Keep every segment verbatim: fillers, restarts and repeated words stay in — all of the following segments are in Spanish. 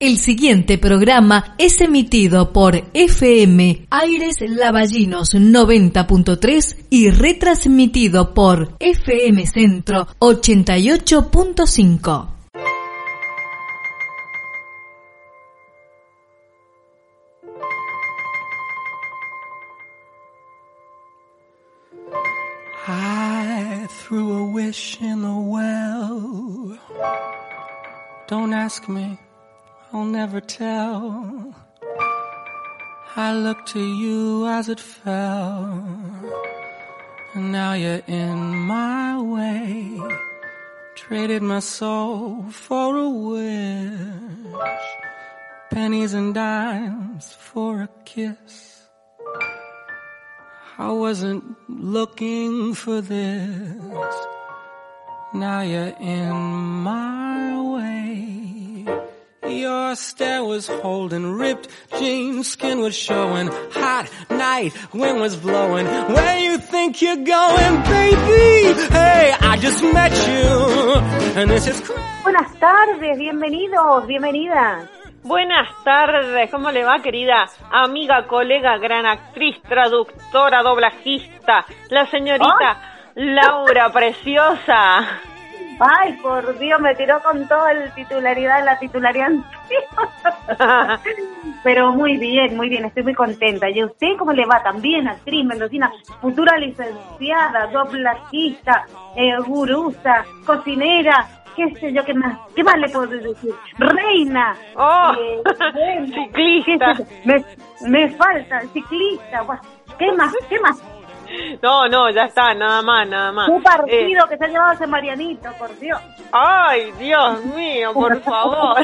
El siguiente programa es emitido por F M Aires Lavallinos noventa punto tres y retransmitido por F M Centro ochenta y ocho punto cinco. I threw a wish in the well. Don't ask me, I'll never tell. I looked to you as it fell, and now you're in my way. Traded my soul for a wish, pennies and dimes for a kiss. I wasn't looking for this. Now you're in my way. Your stare was holding, ripped jeans, skin was showing. Hot night, wind was blowing. Where you think you're going, baby? Hey, I just met you, and this is crazy. Buenas tardes, bienvenidos, bienvenidas. Buenas tardes, ¿cómo le va, querida amiga, colega, gran actriz, traductora, doblajista, la señorita ¿Oh? Laura Preciosa? Ay, por Dios, me tiró con toda la titularidad, la titularidad antigua. Pero muy bien, muy bien, estoy muy contenta. ¿Y a usted cómo le va? También, actriz mendocina, futura licenciada, doblajista, eh, gurusa, cocinera. ¿Qué sé yo? ¿Qué más? ¿Qué más le puedo decir? Reina. Oh, eh, bueno, ciclista. Me, me falta, ciclista. Bueno, ¿qué más? ¿Qué más? No, no, ya está, nada más, nada más. Un partido eh. que se ha llevado ese Marianito, por Dios. Ay, Dios mío, por favor.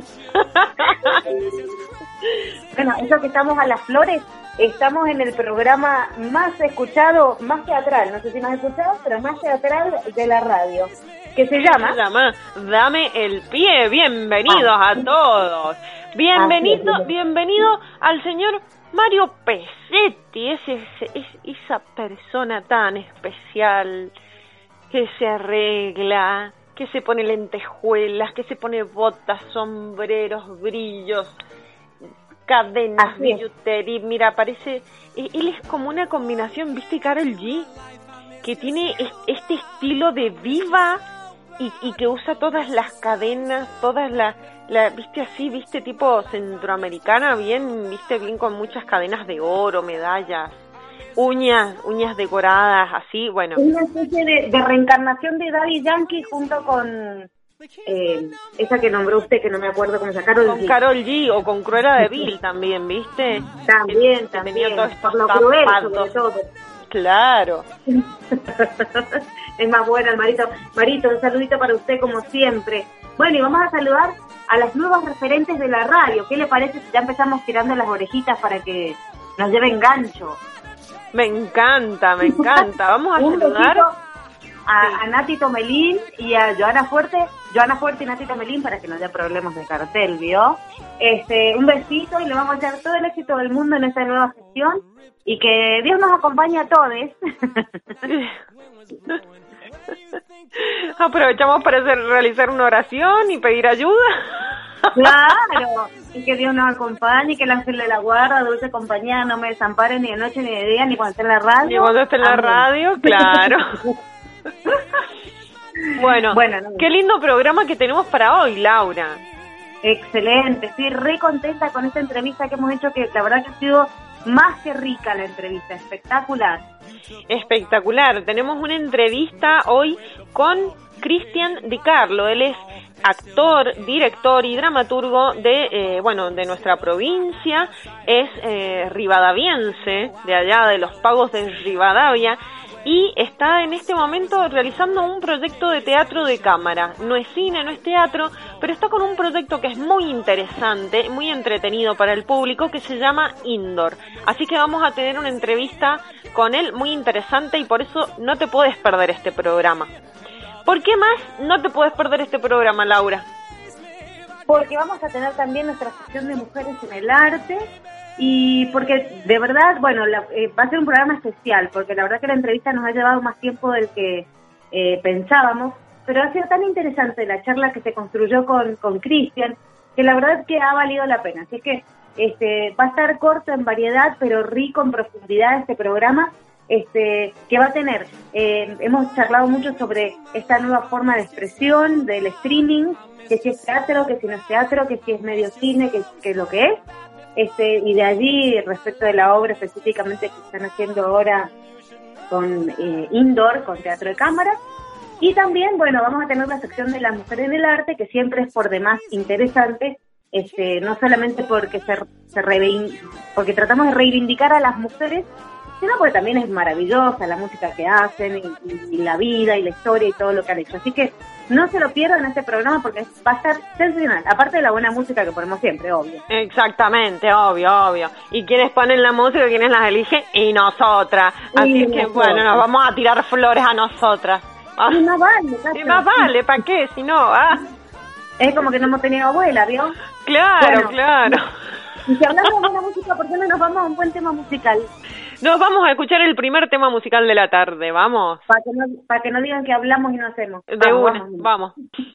Bueno, eso que estamos a las flores, estamos en el programa más escuchado, más teatral, no sé si nos has escuchado, pero más teatral de la radio. ¿Qué se llama? Se llama Dame el Pie. Bienvenidos ah. a todos. Bienvenido, ah, sí, sí. bienvenido al señor Mario Pesetti, ese, ese, esa persona tan especial que se arregla, que se pone lentejuelas, que se pone botas, sombreros, brillos, cadenas, billutería. Mira, parece, él es como una combinación, ¿viste? Karol G, que tiene este estilo de diva. Y, y que usa todas las cadenas, todas las, la, viste así, viste tipo centroamericana, bien, viste bien con muchas cadenas de oro, medallas, uñas, uñas decoradas, así, bueno. Una especie de, de reencarnación de Daddy Yankee junto con eh, esa que nombró usted, que no me acuerdo cómo se llama, Karol G. Con Karol G o con Cruella de Vil también, viste. También, que, también, que todos por lo cruel sobre todo. Claro. Es más buena el Marito. Marito, un saludito para usted como siempre. Bueno, y vamos a saludar a las nuevas referentes de la radio. ¿Qué le parece si ya empezamos tirando las orejitas para que nos lleven gancho? Me encanta, me encanta. Vamos a un saludar a, sí. a Nati Tomelín y a Joana Fuerte. Joana Fuerte y Nati Tomelín, para que no haya problemas de cartel, ¿vio? Este, un besito y le vamos a echar todo el éxito del mundo en esta nueva gestión. Y que Dios nos acompañe a todos. Aprovechamos para hacer, realizar una oración y pedir ayuda. Claro, y que Dios nos acompañe, y que el ángel de la guarda, dulce compañía, no me desampare ni de noche ni de día, ni cuando esté en la radio. Ni cuando esté en la Amén. radio, claro. Bueno, bueno no, qué lindo programa que tenemos para hoy, Laura. Excelente, estoy re contenta con esta entrevista que hemos hecho, que la verdad que ha sido más que rica la entrevista, espectacular. Espectacular, tenemos una entrevista hoy con Cristian Di Carlo. Él es actor, director y dramaturgo de, eh, bueno, de nuestra provincia, es eh, rivadaviense, de allá de los Pagos de Rivadavia, y está en este momento realizando un proyecto de teatro de cámara. No es cine, no es teatro, pero está con un proyecto que es muy interesante, muy entretenido para el público, que se llama Indoor. Así que vamos a tener una entrevista con él muy interesante y por eso no te puedes perder este programa. ¿Por qué más no te puedes perder este programa, Laura? Porque vamos a tener también nuestra sección de mujeres en el arte. Y porque de verdad, bueno, la, eh, va a ser un programa especial, porque la verdad que la entrevista nos ha llevado más tiempo del que eh, pensábamos, pero ha sido tan interesante la charla que se construyó con con Cristian, que la verdad que ha valido la pena. Así que este va a estar corto en variedad, pero rico en profundidad este programa, este que va a tener, eh, hemos charlado mucho sobre esta nueva forma de expresión del streaming, que si es teatro, que si no es teatro, que si es medio cine, que, que es lo que es, este y de allí, respecto de la obra específicamente que están haciendo ahora con eh, Indoor, con teatro de cámara. Y también, bueno, vamos a tener la sección de las mujeres en el arte, que siempre es por demás interesante, este, no solamente porque se, se revein, porque tratamos de reivindicar a las mujeres, sino porque también es maravillosa la música que hacen, y, y la vida, y la historia, y todo lo que han hecho. Así que no se lo pierdan este programa, porque va a estar sensacional, aparte de la buena música que ponemos siempre, obvio. Exactamente, obvio, obvio. Y quienes ponen la música, quienes las eligen, y nosotras. Así y que, nosotras. Bueno, nos vamos a tirar flores a nosotras. Ah. Y más vale, y más vale, ¿para qué? Si no, ah. Es como que no hemos tenido abuela, ¿vio? Claro, bueno, claro. Y si hablamos de buena música, ¿por qué no nos vamos a un buen tema musical? Nos vamos a escuchar el primer tema musical de la tarde, ¿vamos? Para que no, para que no digan que hablamos y no hacemos. De vamos, una, vamos. vamos.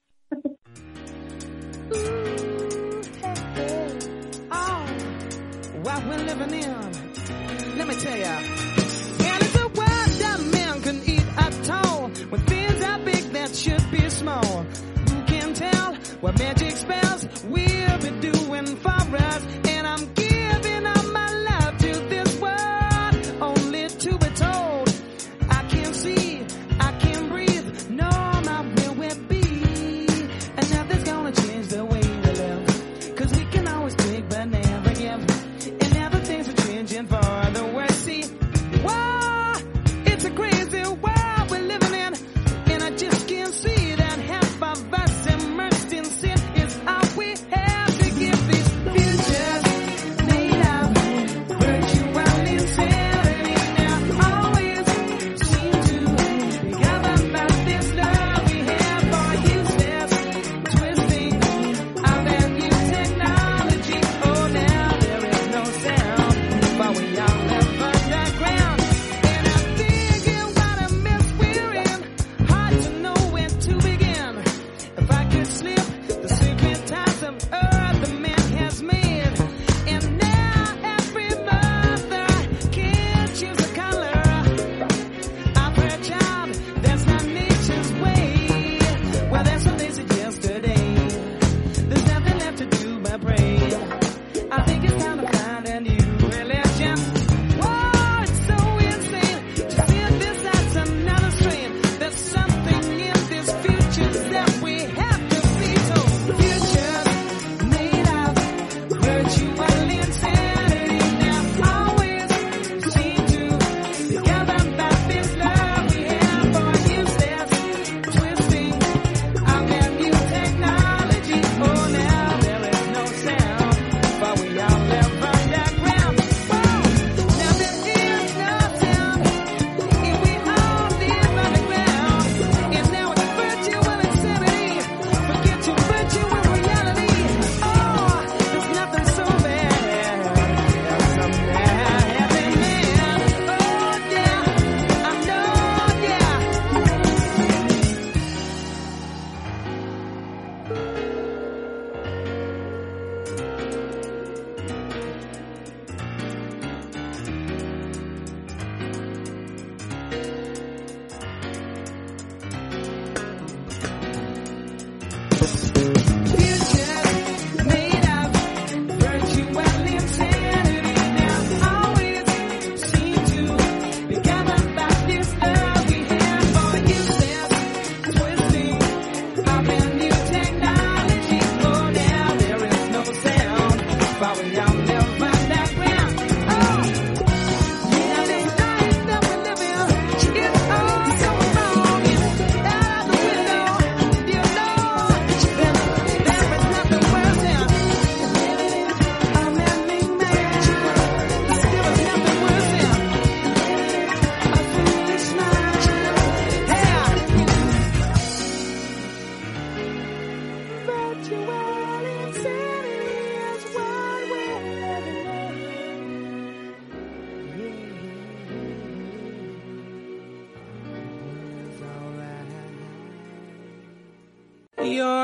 Oh, what we're living in, let me tell ya. And it's a world that man can eat at all, when things are big that should be small. Who can tell what magic spells we'll be doing for us? And I'm giving up my love to this world, only to be told I can't see, I can't breathe, no, my where we'll be. And nothing's gonna change the way we live, cause we can always take but never give. And now the things are changing for the worse. See,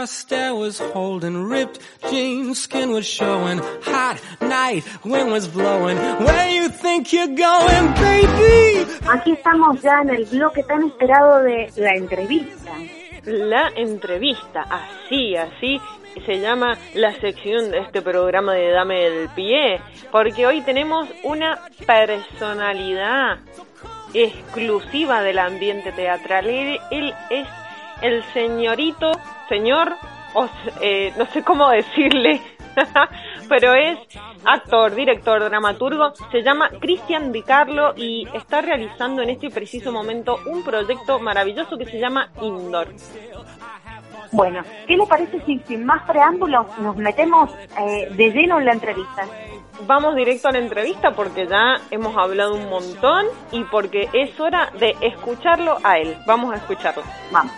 Your stare was holding, ripped jeans, skin was showing. Hot night, wind was blowing. Where you think you're going, baby? Aquí estamos ya en el bloque tan esperado de la entrevista. La entrevista, así, así se llama la sección de este programa de Dame el Pie, porque hoy tenemos una personalidad exclusiva del ambiente teatral. Él, él es el señorito, señor, o, eh, no sé cómo decirle, pero es actor, director, dramaturgo, se llama Cristian Di Carlo y está realizando en este preciso momento un proyecto maravilloso que se llama Indoor. Bueno, ¿qué le parece si sin más preámbulos nos metemos eh, de lleno en la entrevista? Vamos directo a la entrevista porque ya hemos hablado un montón y porque es hora de escucharlo a él. Vamos a escucharlo. Vamos.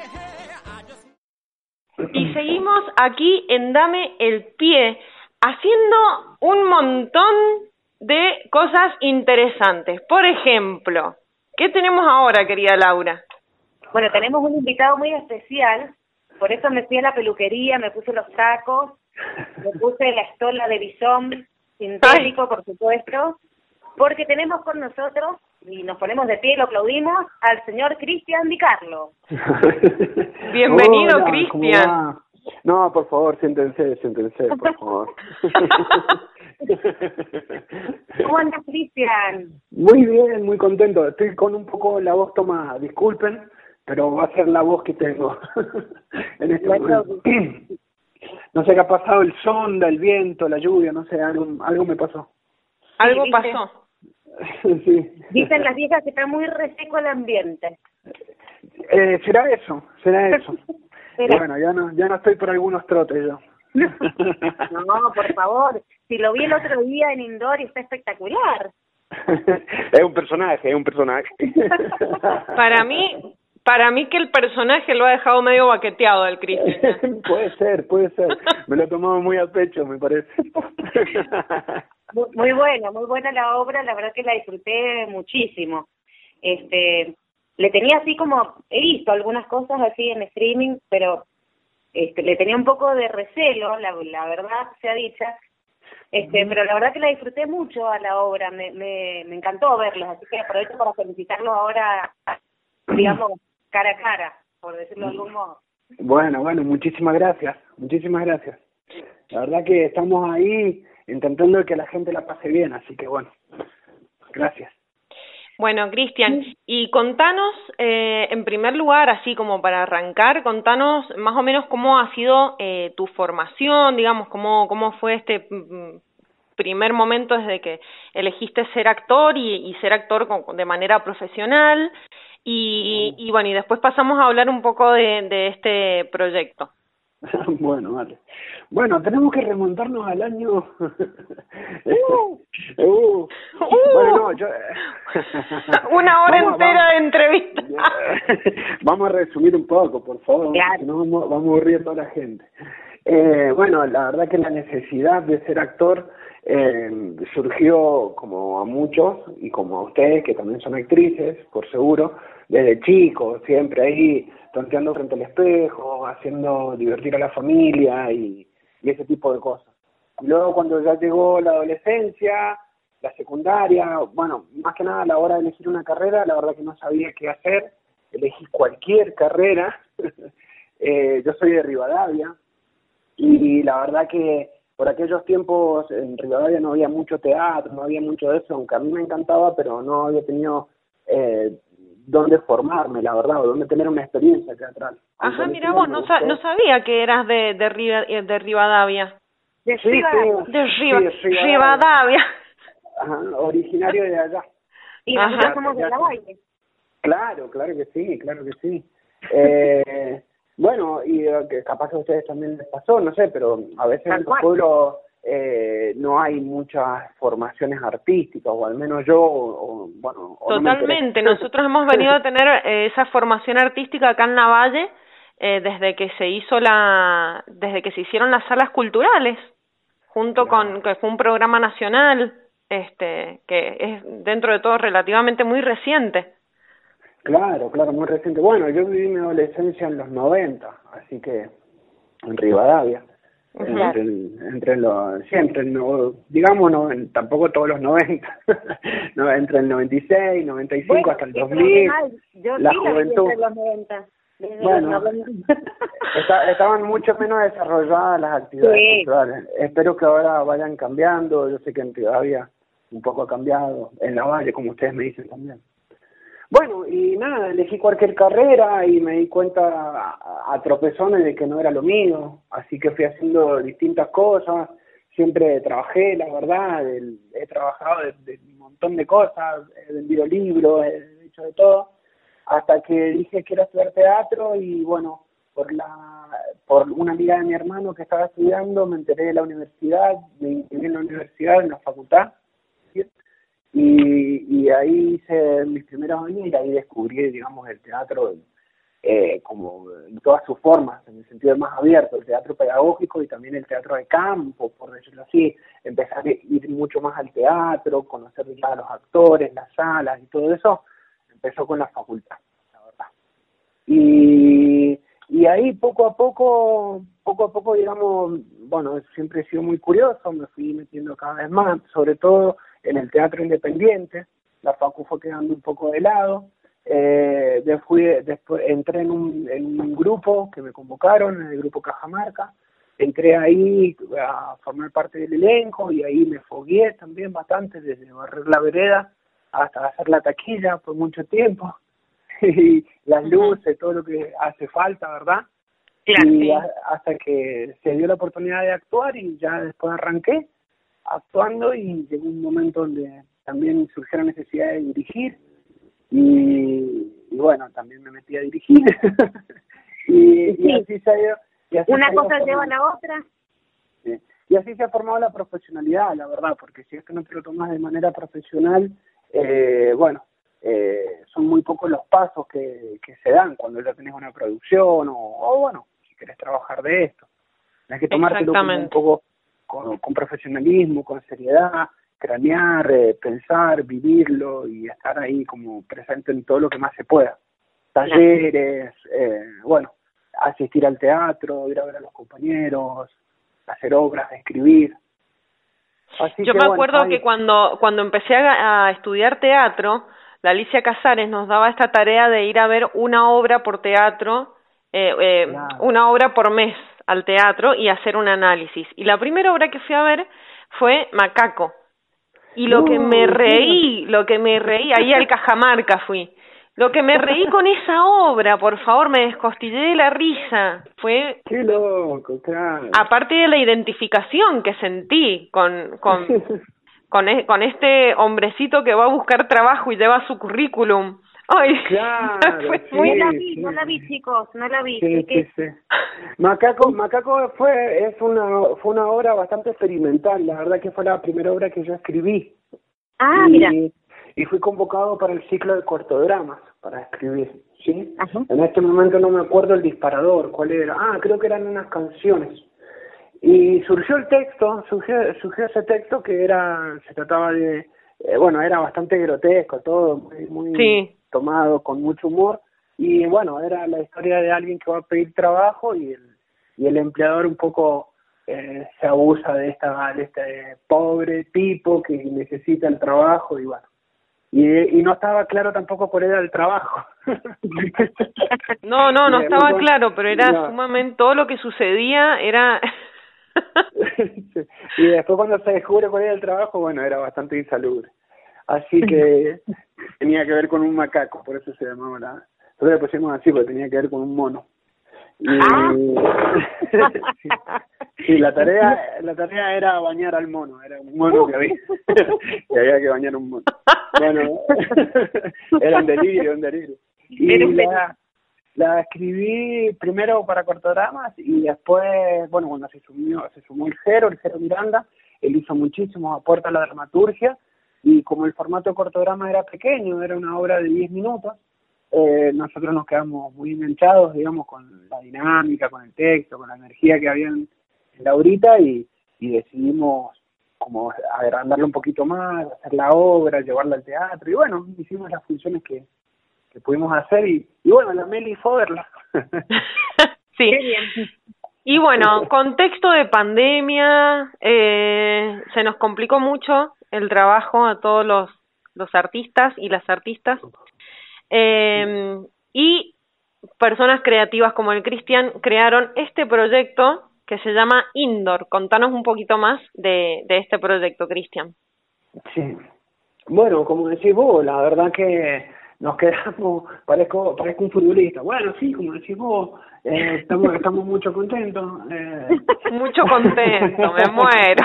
Y seguimos aquí en Dame el Pie, haciendo un montón de cosas interesantes. Por ejemplo, ¿qué tenemos ahora, querida Laura? Bueno, tenemos un invitado muy especial, por eso me fui a la peluquería, me puse los tacos, me puse la estola de bisón sintético, Ay. por supuesto, porque tenemos con nosotros, y nos ponemos de pie y lo aplaudimos, al señor Cristian Di Carlo. Bienvenido, Cristian. No, por favor, siéntense, siéntense, por favor. ¿Cómo andas, Cristian? Muy bien, muy contento. Estoy con un poco la voz tomada, disculpen, pero va a ser la voz que tengo en este bueno, momento. No sé qué ha pasado, el sonda, el viento, la lluvia, no sé, algo, algo me pasó. Algo sí, pasó. Sí. Dicen las viejas que está muy reseco el ambiente. Eh, será eso, será eso. Bueno, ya no, ya no estoy por algunos trotes yo. No, por favor. Si lo vi el otro día en Indoor y está espectacular. Es un personaje, es un personaje. Para mí, para mí que el personaje lo ha dejado medio baqueteado al Cristian. Puede ser, puede ser. Me lo he tomado muy al pecho, me parece. Muy, muy buena, muy buena la obra, la verdad que la disfruté muchísimo. Este, le tenía así como, he visto algunas cosas así en streaming, pero este, le tenía un poco de recelo, la, la verdad sea dicha, este, pero la verdad que la disfruté mucho a la obra, me, me, me encantó verlos, así que aprovecho para felicitarlos ahora, digamos, cara a cara, por decirlo de algún modo. Bueno, bueno, muchísimas gracias, muchísimas gracias. La verdad que estamos ahí intentando que la gente la pase bien, así que bueno, gracias. Bueno, Cristian, y contanos, eh, en primer lugar, así como para arrancar, contanos más o menos cómo ha sido eh, tu formación, digamos, cómo cómo fue este primer momento desde que elegiste ser actor y, y ser actor con, de manera profesional, y, y, y bueno, y después pasamos a hablar un poco de, de este proyecto. Bueno, vale. Bueno, tenemos que remontarnos al año... uh, uh. Bueno, no, yo... Una hora vamos, entera vamos. de entrevista. Vamos a resumir un poco, por favor, claro. Si no vamos, vamos a aburrir a toda la gente. Eh, bueno, la verdad que la necesidad de ser actor eh, surgió como a muchos, y como a ustedes, que también son actrices, por seguro, desde chicos, siempre ahí tonteando frente al espejo, haciendo divertir a la familia y, y ese tipo de cosas. Y luego cuando ya llegó la adolescencia, la secundaria, bueno, más que nada a la hora de elegir una carrera, la verdad que no sabía qué hacer, elegí cualquier carrera. eh, yo soy de Rivadavia, y la verdad que por aquellos tiempos en Rivadavia no había mucho teatro, no había mucho de eso, aunque a mí me encantaba, pero no había tenido... Eh, dónde formarme, la verdad, o dónde tener una experiencia teatral. Ajá, mira vos, no, sa no sabía que eras de de, Riva de Rivadavia. De sí, Rivadavia. Sí, de Riva sí, Rivadavia. Rivadavia. Ajá, originario de allá. Y nosotros somos de la Valle. Claro, claro que sí, claro que sí. Eh, bueno, y eh, capaz que a ustedes también les pasó, no sé, pero a veces en los pueblos eh, no hay muchas formaciones artísticas, o al menos yo, o, o, bueno... O Totalmente, no nosotros hemos venido a tener eh, esa formación artística acá en la Valle eh, desde que se hizo la... desde que se hicieron las salas culturales, junto claro. con... que fue un programa nacional, este que es dentro de todo relativamente muy reciente. Claro, claro, muy reciente. Bueno, yo viví mi adolescencia en los noventa, así que en Rivadavia. Uh-huh. Entre, el, entre los, sí, entre el, no, digamos, no, tampoco todos los noventa, no, entre el noventa y seis, noventa y cinco bueno, hasta el dos mil, yo la sí juventud. Entre los noventa. Bueno, está, estaban mucho menos desarrolladas las actividades sí. culturales. Espero que ahora vayan cambiando. Yo sé que en Rivadavia un poco ha cambiado, en la Valle, como ustedes me dicen también. Bueno, y nada, elegí cualquier carrera y me di cuenta a, a tropezones de que no era lo mío, así que fui haciendo distintas cosas, siempre trabajé, la verdad, el, he trabajado de, de un montón de cosas, he vendido libros, he hecho de todo, hasta que dije quiero estudiar teatro y bueno, por la por una amiga de mi hermano que estaba estudiando, me enteré de la universidad, me inscribí en la universidad, en la facultad, ¿sí? Y, y ahí hice mis primeros años y ahí descubrí, digamos, el teatro eh, como en todas sus formas, en el sentido más abierto, el teatro pedagógico y también el teatro de campo, por decirlo así. Empecé a ir mucho más al teatro, conocer ya a los actores, las salas y todo eso, empezó con la facultad, la verdad. Y, y ahí poco a poco, poco a poco, digamos, bueno, siempre he sido muy curioso, me fui metiendo cada vez más, sobre todo en el teatro independiente. La facu fue quedando un poco de lado, eh, después, después entré en un, en un grupo que me convocaron, en el grupo Cajamarca, entré ahí a formar parte del elenco y ahí me fogueé también bastante, desde barrer la vereda hasta hacer la taquilla por mucho tiempo, y las luces, todo lo que hace falta, ¿verdad? Claro, y sí. a, hasta que se dio la oportunidad de actuar y ya después arranqué actuando y llegó un momento donde también surgió la necesidad de dirigir y, y bueno, también me metí a dirigir y, sí. y así se ha ido. Y así Una se ha ido cosa formando. lleva a la otra. Sí. Y así se ha formado la profesionalidad, la verdad, porque si es que no te lo tomas de manera profesional, eh, bueno, eh, son muy pocos los pasos que, que se dan cuando ya tenés una producción o, o bueno, si querés trabajar de esto. Tienes que tomártelo como un poco con, con profesionalismo, con seriedad, cranear, eh, pensar, vivirlo y estar ahí como presente en todo lo que más se pueda. Talleres, eh, bueno, asistir al teatro, ir a ver a los compañeros, hacer obras, escribir. Así Yo que, me bueno, acuerdo ahí... que cuando cuando empecé a, a estudiar teatro, la Alicia Casares nos daba esta tarea de ir a ver una obra por teatro, eh, eh, Claro. una obra por mes al teatro y hacer un análisis. Y la primera obra que fui a ver fue Macaco. Y lo No, que me no. reí, lo que me reí, ahí al Cajamarca fui. Lo que me reí con esa obra, por favor, me descostillé de la risa. Fue... Qué loco, claro. Aparte de la identificación que sentí con... con Con, e, con este hombrecito que va a buscar trabajo y lleva su currículum. Ay, claro, fue sí, muy... No la vi, sí. no la vi, chicos, no la vi. Sí, Es que- sí, sí. Macaco, Macaco fue es una fue una obra bastante experimental. La verdad que fue la primera obra que yo escribí. Ah, y, mira. y fui convocado para el ciclo de cortodramas para escribir, ¿sí? Ajá. En este momento no me acuerdo el disparador, cuál era. Ah, creo que eran unas canciones. Y surgió el texto, surgió, surgió ese texto que era, se trataba de, eh, bueno, era bastante grotesco, todo muy, muy Sí. tomado con mucho humor. Y bueno, era la historia de alguien que va a pedir trabajo y el, y el empleador un poco eh, se abusa de esta de este pobre tipo que necesita el trabajo y bueno. Y, y no estaba claro tampoco cuál era el trabajo. No, no, no Y estaba después- claro, pero era no. sumamente... Todo lo que sucedía era... Sí. Y después cuando se descubre cuál era el trabajo, bueno, era bastante insalubre. Así que tenía que ver con un macaco, por eso se llamaba la... Nosotros le pusimos así, porque tenía que ver con un mono. Y... Ah. sí. Sí, la tarea la tarea era bañar al mono, era un mono que había, que había que bañar un mono. Bueno, era un delirio, un delirio. Y Era un la, la escribí primero para cortodramas y después, bueno, cuando se sumió, se sumó el Jero, el Jero Miranda, él hizo muchísimos aportes a la dramaturgia y como el formato de cortograma era pequeño, era una obra de diez minutos, eh, nosotros nos quedamos muy enganchados, digamos, con la dinámica, con el texto, con la energía que había en, en la obrita y, y decidimos como agrandarla un poquito más, hacer la obra, llevarla al teatro y bueno, hicimos las funciones que, que pudimos hacer y, y bueno, la Meli fue a verla. Sí. Qué bien. Y Y bueno, contexto de pandemia, eh, se nos complicó mucho el trabajo a todos los, los artistas y las artistas. Eh, y personas creativas como el Cristian crearon este proyecto que se llama Indoor. Contanos un poquito más de, de este proyecto, Cristian. Sí. Bueno, como decís vos, la verdad que nos quedamos, parezco, parezco un futbolista. Bueno, sí, como decís vos, eh, estamos, estamos mucho contentos. Eh. Mucho contento, me muero.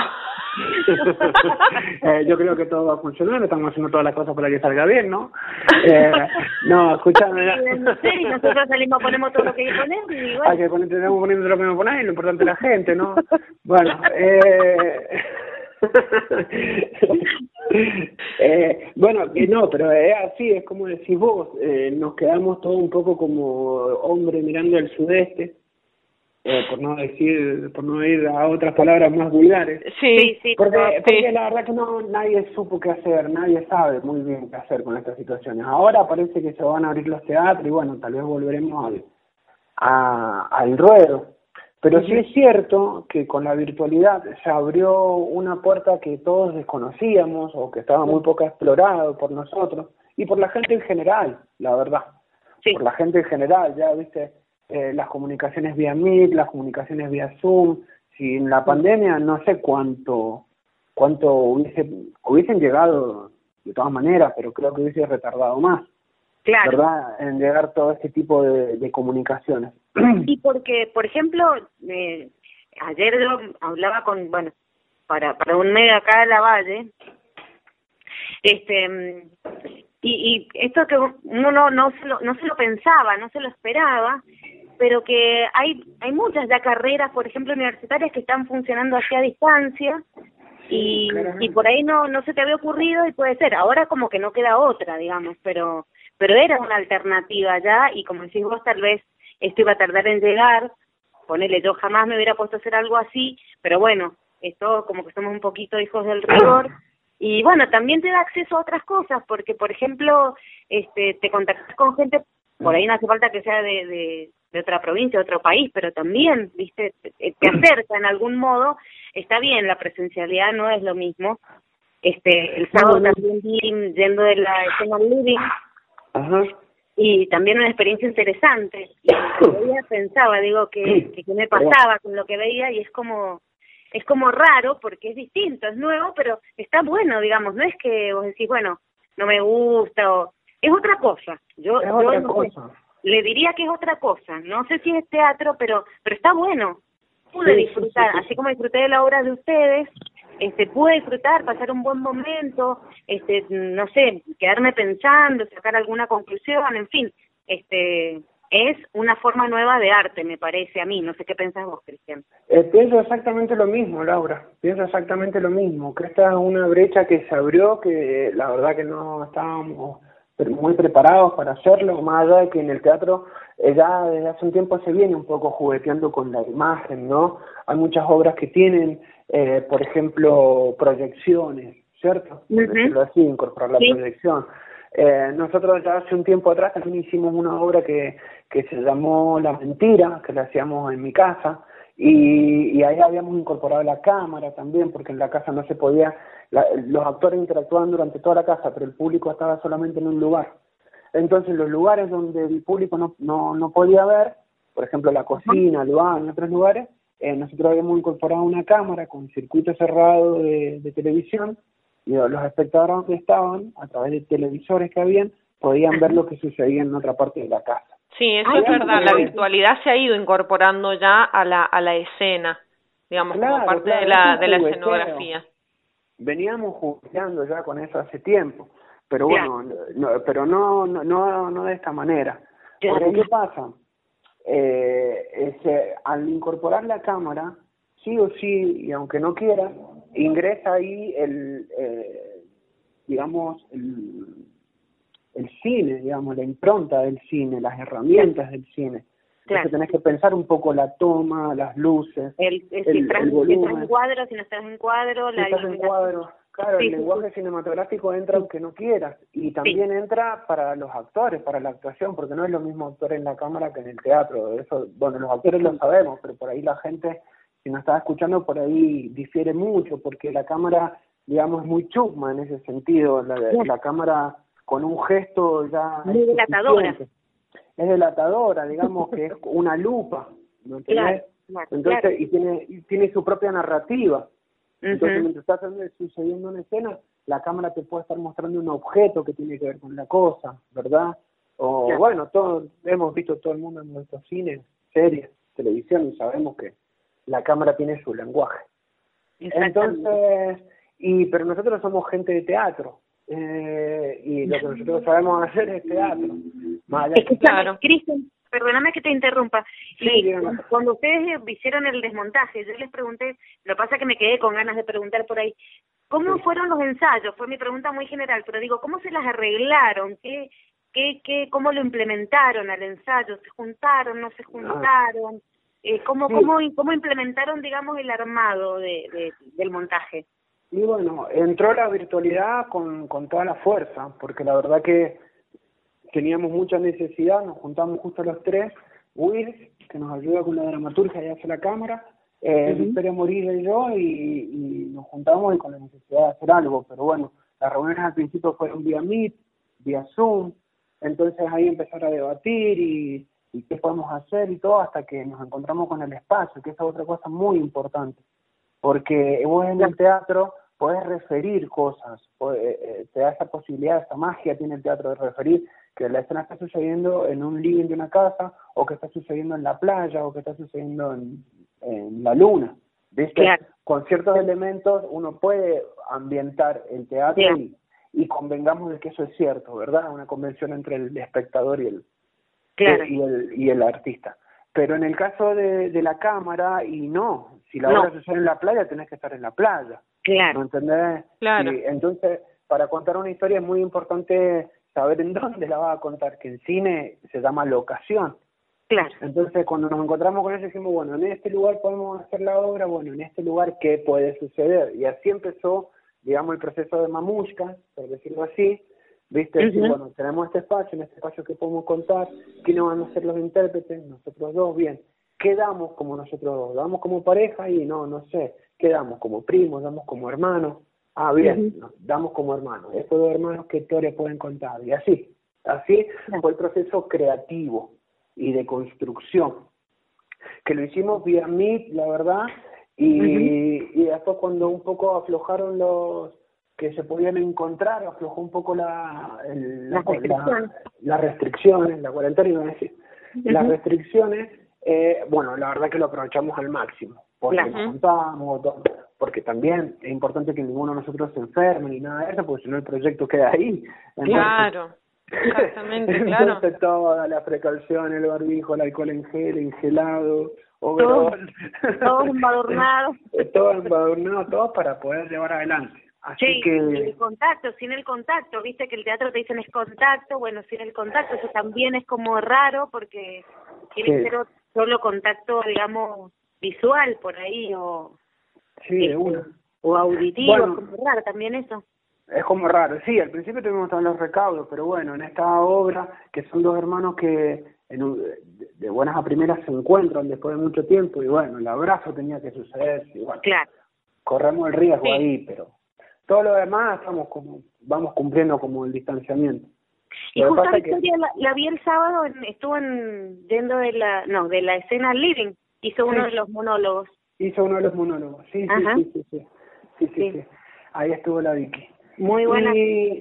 eh, yo creo que todo va a funcionar, estamos haciendo todas las cosas para que salga bien, ¿no? Eh, no, escuchame. Sí, nosotros salimos, ponemos todo lo que hay que poner y bueno. Hay que poner, tenemos poniendo lo que me ponéis, lo importante es la gente, ¿no? Bueno, eh... eh, bueno, no, pero es así, es como decís vos, eh, nos quedamos todos un poco como hombre mirando el sudeste, eh, por no decir, por no ir a otras palabras más vulgares. Sí, sí, porque, sí. porque la verdad que no, nadie supo qué hacer, nadie sabe muy bien qué hacer con estas situaciones. Ahora parece que se van a abrir los teatros y bueno, tal vez volveremos al, a, al ruedo. Pero sí es cierto que con la virtualidad se abrió una puerta que todos desconocíamos o que estaba muy poco explorado por nosotros y por la gente en general, la verdad. Sí. Por la gente en general, ya viste, eh, las comunicaciones vía Meet, las comunicaciones vía Zoom. Sin la pandemia no sé cuánto cuánto hubiese, hubiesen llegado de todas maneras, pero creo que hubiese retardado más. Claro. ¿Verdad? En llegar todo este tipo de, de comunicaciones. Y porque, por ejemplo, eh, ayer yo hablaba con, bueno, para para un medio acá de la Valle, este, y, y esto que uno no no se lo, no se lo pensaba, no se lo esperaba, pero que hay hay muchas ya carreras, por ejemplo, universitarias que están funcionando así a distancia. Y, y por ahí no no se te había ocurrido y puede ser, ahora como que no queda otra, digamos, pero pero era una alternativa ya y como decís vos, tal vez esto iba a tardar en llegar, ponele, yo jamás me hubiera puesto a hacer algo así, pero bueno, esto como que somos un poquito hijos del rigor y bueno, también te da acceso a otras cosas, porque por ejemplo, este te contactas con gente, por ahí no hace falta que sea de, de, de otra provincia, de otro país, pero también, viste, te, te acerca en algún modo. Está bien, la presencialidad no es lo mismo. Este, el sábado también vi yendo de la escena living. Ajá. Y también una experiencia interesante. Y ella pensaba, digo, que, que, que me pasaba con lo que veía y es como es como raro porque es distinto, es nuevo, pero está bueno, digamos. No es que vos decís, bueno, no me gusta o... Es otra cosa. Yo, es yo otra no cosa. Sé, le diría que es otra cosa. No sé si es teatro, pero pero está bueno. Pude sí, disfrutar, sí, sí. Así como disfruté de la obra de ustedes, este pude disfrutar, pasar un buen momento, este no sé, quedarme pensando, sacar alguna conclusión, en fin, este es una forma nueva de arte, me parece a mí. No sé qué pensás vos, Cristian. Eh, pienso exactamente lo mismo, Laura, pienso exactamente lo mismo, que esta es una brecha que se abrió, que la verdad que no estábamos muy preparados para hacerlo, más allá de que en el teatro eh, ya desde hace un tiempo se viene un poco jugueteando con la imagen, ¿no? Hay muchas obras que tienen, eh, por ejemplo, proyecciones, ¿cierto? Por uh-huh. decirlo así, incorporar la sí. proyección. Eh, nosotros ya hace un tiempo atrás también hicimos una obra que, que se llamó La Mentira, que la hacíamos en mi casa, y, y ahí habíamos incorporado la cámara también, porque en la casa no se podía, la, los actores interactuaban durante toda la casa, pero el público estaba solamente en un lugar. Entonces los lugares donde el público no no, no podía ver, por ejemplo la cocina, el baño, otros lugares, eh, nosotros habíamos incorporado una cámara con circuito cerrado de, de televisión, y los espectadores que estaban, a través de televisores que habían, podían ver lo que sucedía en otra parte de la casa. Sí, eso Ay, es verdad, la virtualidad se ha ido incorporando ya a la a la escena, digamos, claro, como parte claro, de la de la escenografía. Veníamos jugando ya con eso hace tiempo, pero bueno, no, pero no no no no de esta manera. Porque ¿qué pasa? Eh, ese, al incorporar la cámara, sí o sí, y aunque no quiera, ingresa ahí el, eh, digamos, el, el cine, digamos, la impronta del cine, las herramientas del cine. Claro. Entonces tenés que pensar un poco la toma, las luces, el, el, el, si, el volumen. Si estás en cuadro, si no estás en cuadro, si la estás en cuadro, Claro, Sí, el sí, lenguaje sí. cinematográfico entra aunque no quieras, y también sí. entra para los actores, para la actuación, porque no es lo mismo actuar en la cámara que en el teatro. Eso, bueno, los actores lo sabemos, pero por ahí la gente, si nos está escuchando, por ahí difiere mucho, porque la cámara, digamos, es muy chusma en ese sentido. La, sí. la cámara con un gesto ya muy es delatadora. Es delatadora, digamos que es una lupa, ¿no entendés? Claro, claro, Entonces, claro. y tiene, y tiene su propia narrativa. Entonces, Uh-huh. mientras está sucediendo una escena, la cámara te puede estar mostrando un objeto que tiene que ver con la cosa, ¿verdad? O, claro. bueno, todos hemos visto, todo el mundo en nuestros cines, series, televisión, y sabemos que la cámara tiene su lenguaje. Entonces, y pero nosotros somos gente de teatro, eh, y lo que nosotros sabemos hacer es teatro. Más allá que, claro. Cristian, perdóname que te interrumpa. Sí, y dígame. Cuando ustedes hicieron el desmontaje, yo les pregunté, lo que pasa es que me quedé con ganas de preguntar por ahí, ¿cómo sí. fueron los ensayos? Fue mi pregunta muy general, pero digo, ¿cómo se las arreglaron? ¿Qué, qué, qué, cómo lo implementaron al ensayo? ¿Se juntaron, no se juntaron? Eh, ¿cómo, sí. cómo, ¿Cómo implementaron, digamos, el armado de, de, del montaje? Y bueno, entró la virtualidad con, con toda la fuerza, porque la verdad que teníamos mucha necesidad, nos juntamos justo los tres, Will, que nos ayuda con la dramaturgia y hace la cámara, eh, uh-huh. Victoria Morilla y yo, y, y nos juntamos y con la necesidad de hacer algo, pero bueno, las reuniones al principio fueron vía Meet, vía Zoom, entonces ahí empezar a debatir y, y qué podemos hacer y todo, hasta que nos encontramos con el espacio, que esa es otra cosa muy importante, porque vos en el teatro podés referir cosas, podés, eh, te da esa posibilidad, esa magia tiene el teatro de referir, que la escena está sucediendo en un living de una casa, o que está sucediendo en la playa, o que está sucediendo en, en la luna, ¿viste? Claro. Con ciertos elementos uno puede ambientar el teatro claro. y, y convengamos de que eso es cierto, ¿verdad? Una convención entre el espectador y el, claro. y el, y el artista. Pero en el caso de, de la cámara, y no, si la no. obra sucede en la playa, tenés que estar en la playa. Claro. ¿No entendés? Claro. Y entonces, para contar una historia es muy importante saber en dónde la vas a contar, que en cine se llama locación. Claro. Entonces, cuando nos encontramos con eso, dijimos, bueno, en este lugar podemos hacer la obra, bueno, en este lugar, ¿qué puede suceder? Y así empezó, digamos, el proceso de Mamushka, por decirlo así, ¿viste? Uh-huh. Decir, bueno, tenemos este espacio, en este espacio que podemos contar, ¿quiénes van a ser los intérpretes? Nosotros dos, bien. ¿Qué damos como nosotros dos? ¿Damos como pareja? Y no, no sé. ¿Qué damos? ¿Como primos? ¿Damos como hermanos? Ah, bien, uh-huh. Nos damos como hermanos. Estos dos hermanos, ¿qué historias pueden contar? Y así. Así uh-huh. fue el proceso creativo y de construcción. Que lo hicimos vía Meet, la verdad, y, uh-huh. y después cuando un poco aflojaron los que se podían encontrar, aflojó un poco la, el, las restricciones, la, la restricciones, la cuarentena, iba a decir, uh-huh. las restricciones, eh, bueno, la verdad que lo aprovechamos al máximo, porque uh-huh. nos juntábamos, todo, porque también es importante que ninguno de nosotros se enferme ni nada de eso, porque si no el proyecto queda ahí. Entonces, claro, exactamente, claro. Entonces toda la precaución, el barbijo, el alcohol en gel, el gelado, overol, todo embadurnado. todo embadurnado, todo para poder llevar adelante. Así sí, que... el contacto, sin el contacto, viste que el teatro te dicen es contacto, bueno, sin el contacto, eso también es como raro porque tiene sí. que ser solo contacto, digamos, visual por ahí o... Sí, este, de una. O auditivo, bueno, es como raro también eso. Es como raro, sí, al principio tuvimos todos los recaudos, pero bueno, en esta obra, que son dos hermanos que en un, de buenas a primeras se encuentran después de mucho tiempo, y bueno, el abrazo tenía que suceder, y bueno, claro. corremos el riesgo sí. ahí, pero todo lo demás estamos como, vamos cumpliendo como el distanciamiento. Y justo la historia que... la, la vi el sábado, en, estuvo en, yendo de la, no, de la escena Living, hizo uno sí. de los monólogos. Hizo uno de los monólogos, sí, sí, sí, sí, sí, sí, sí, sí, ahí estuvo la Vicky. Muy buena. Y...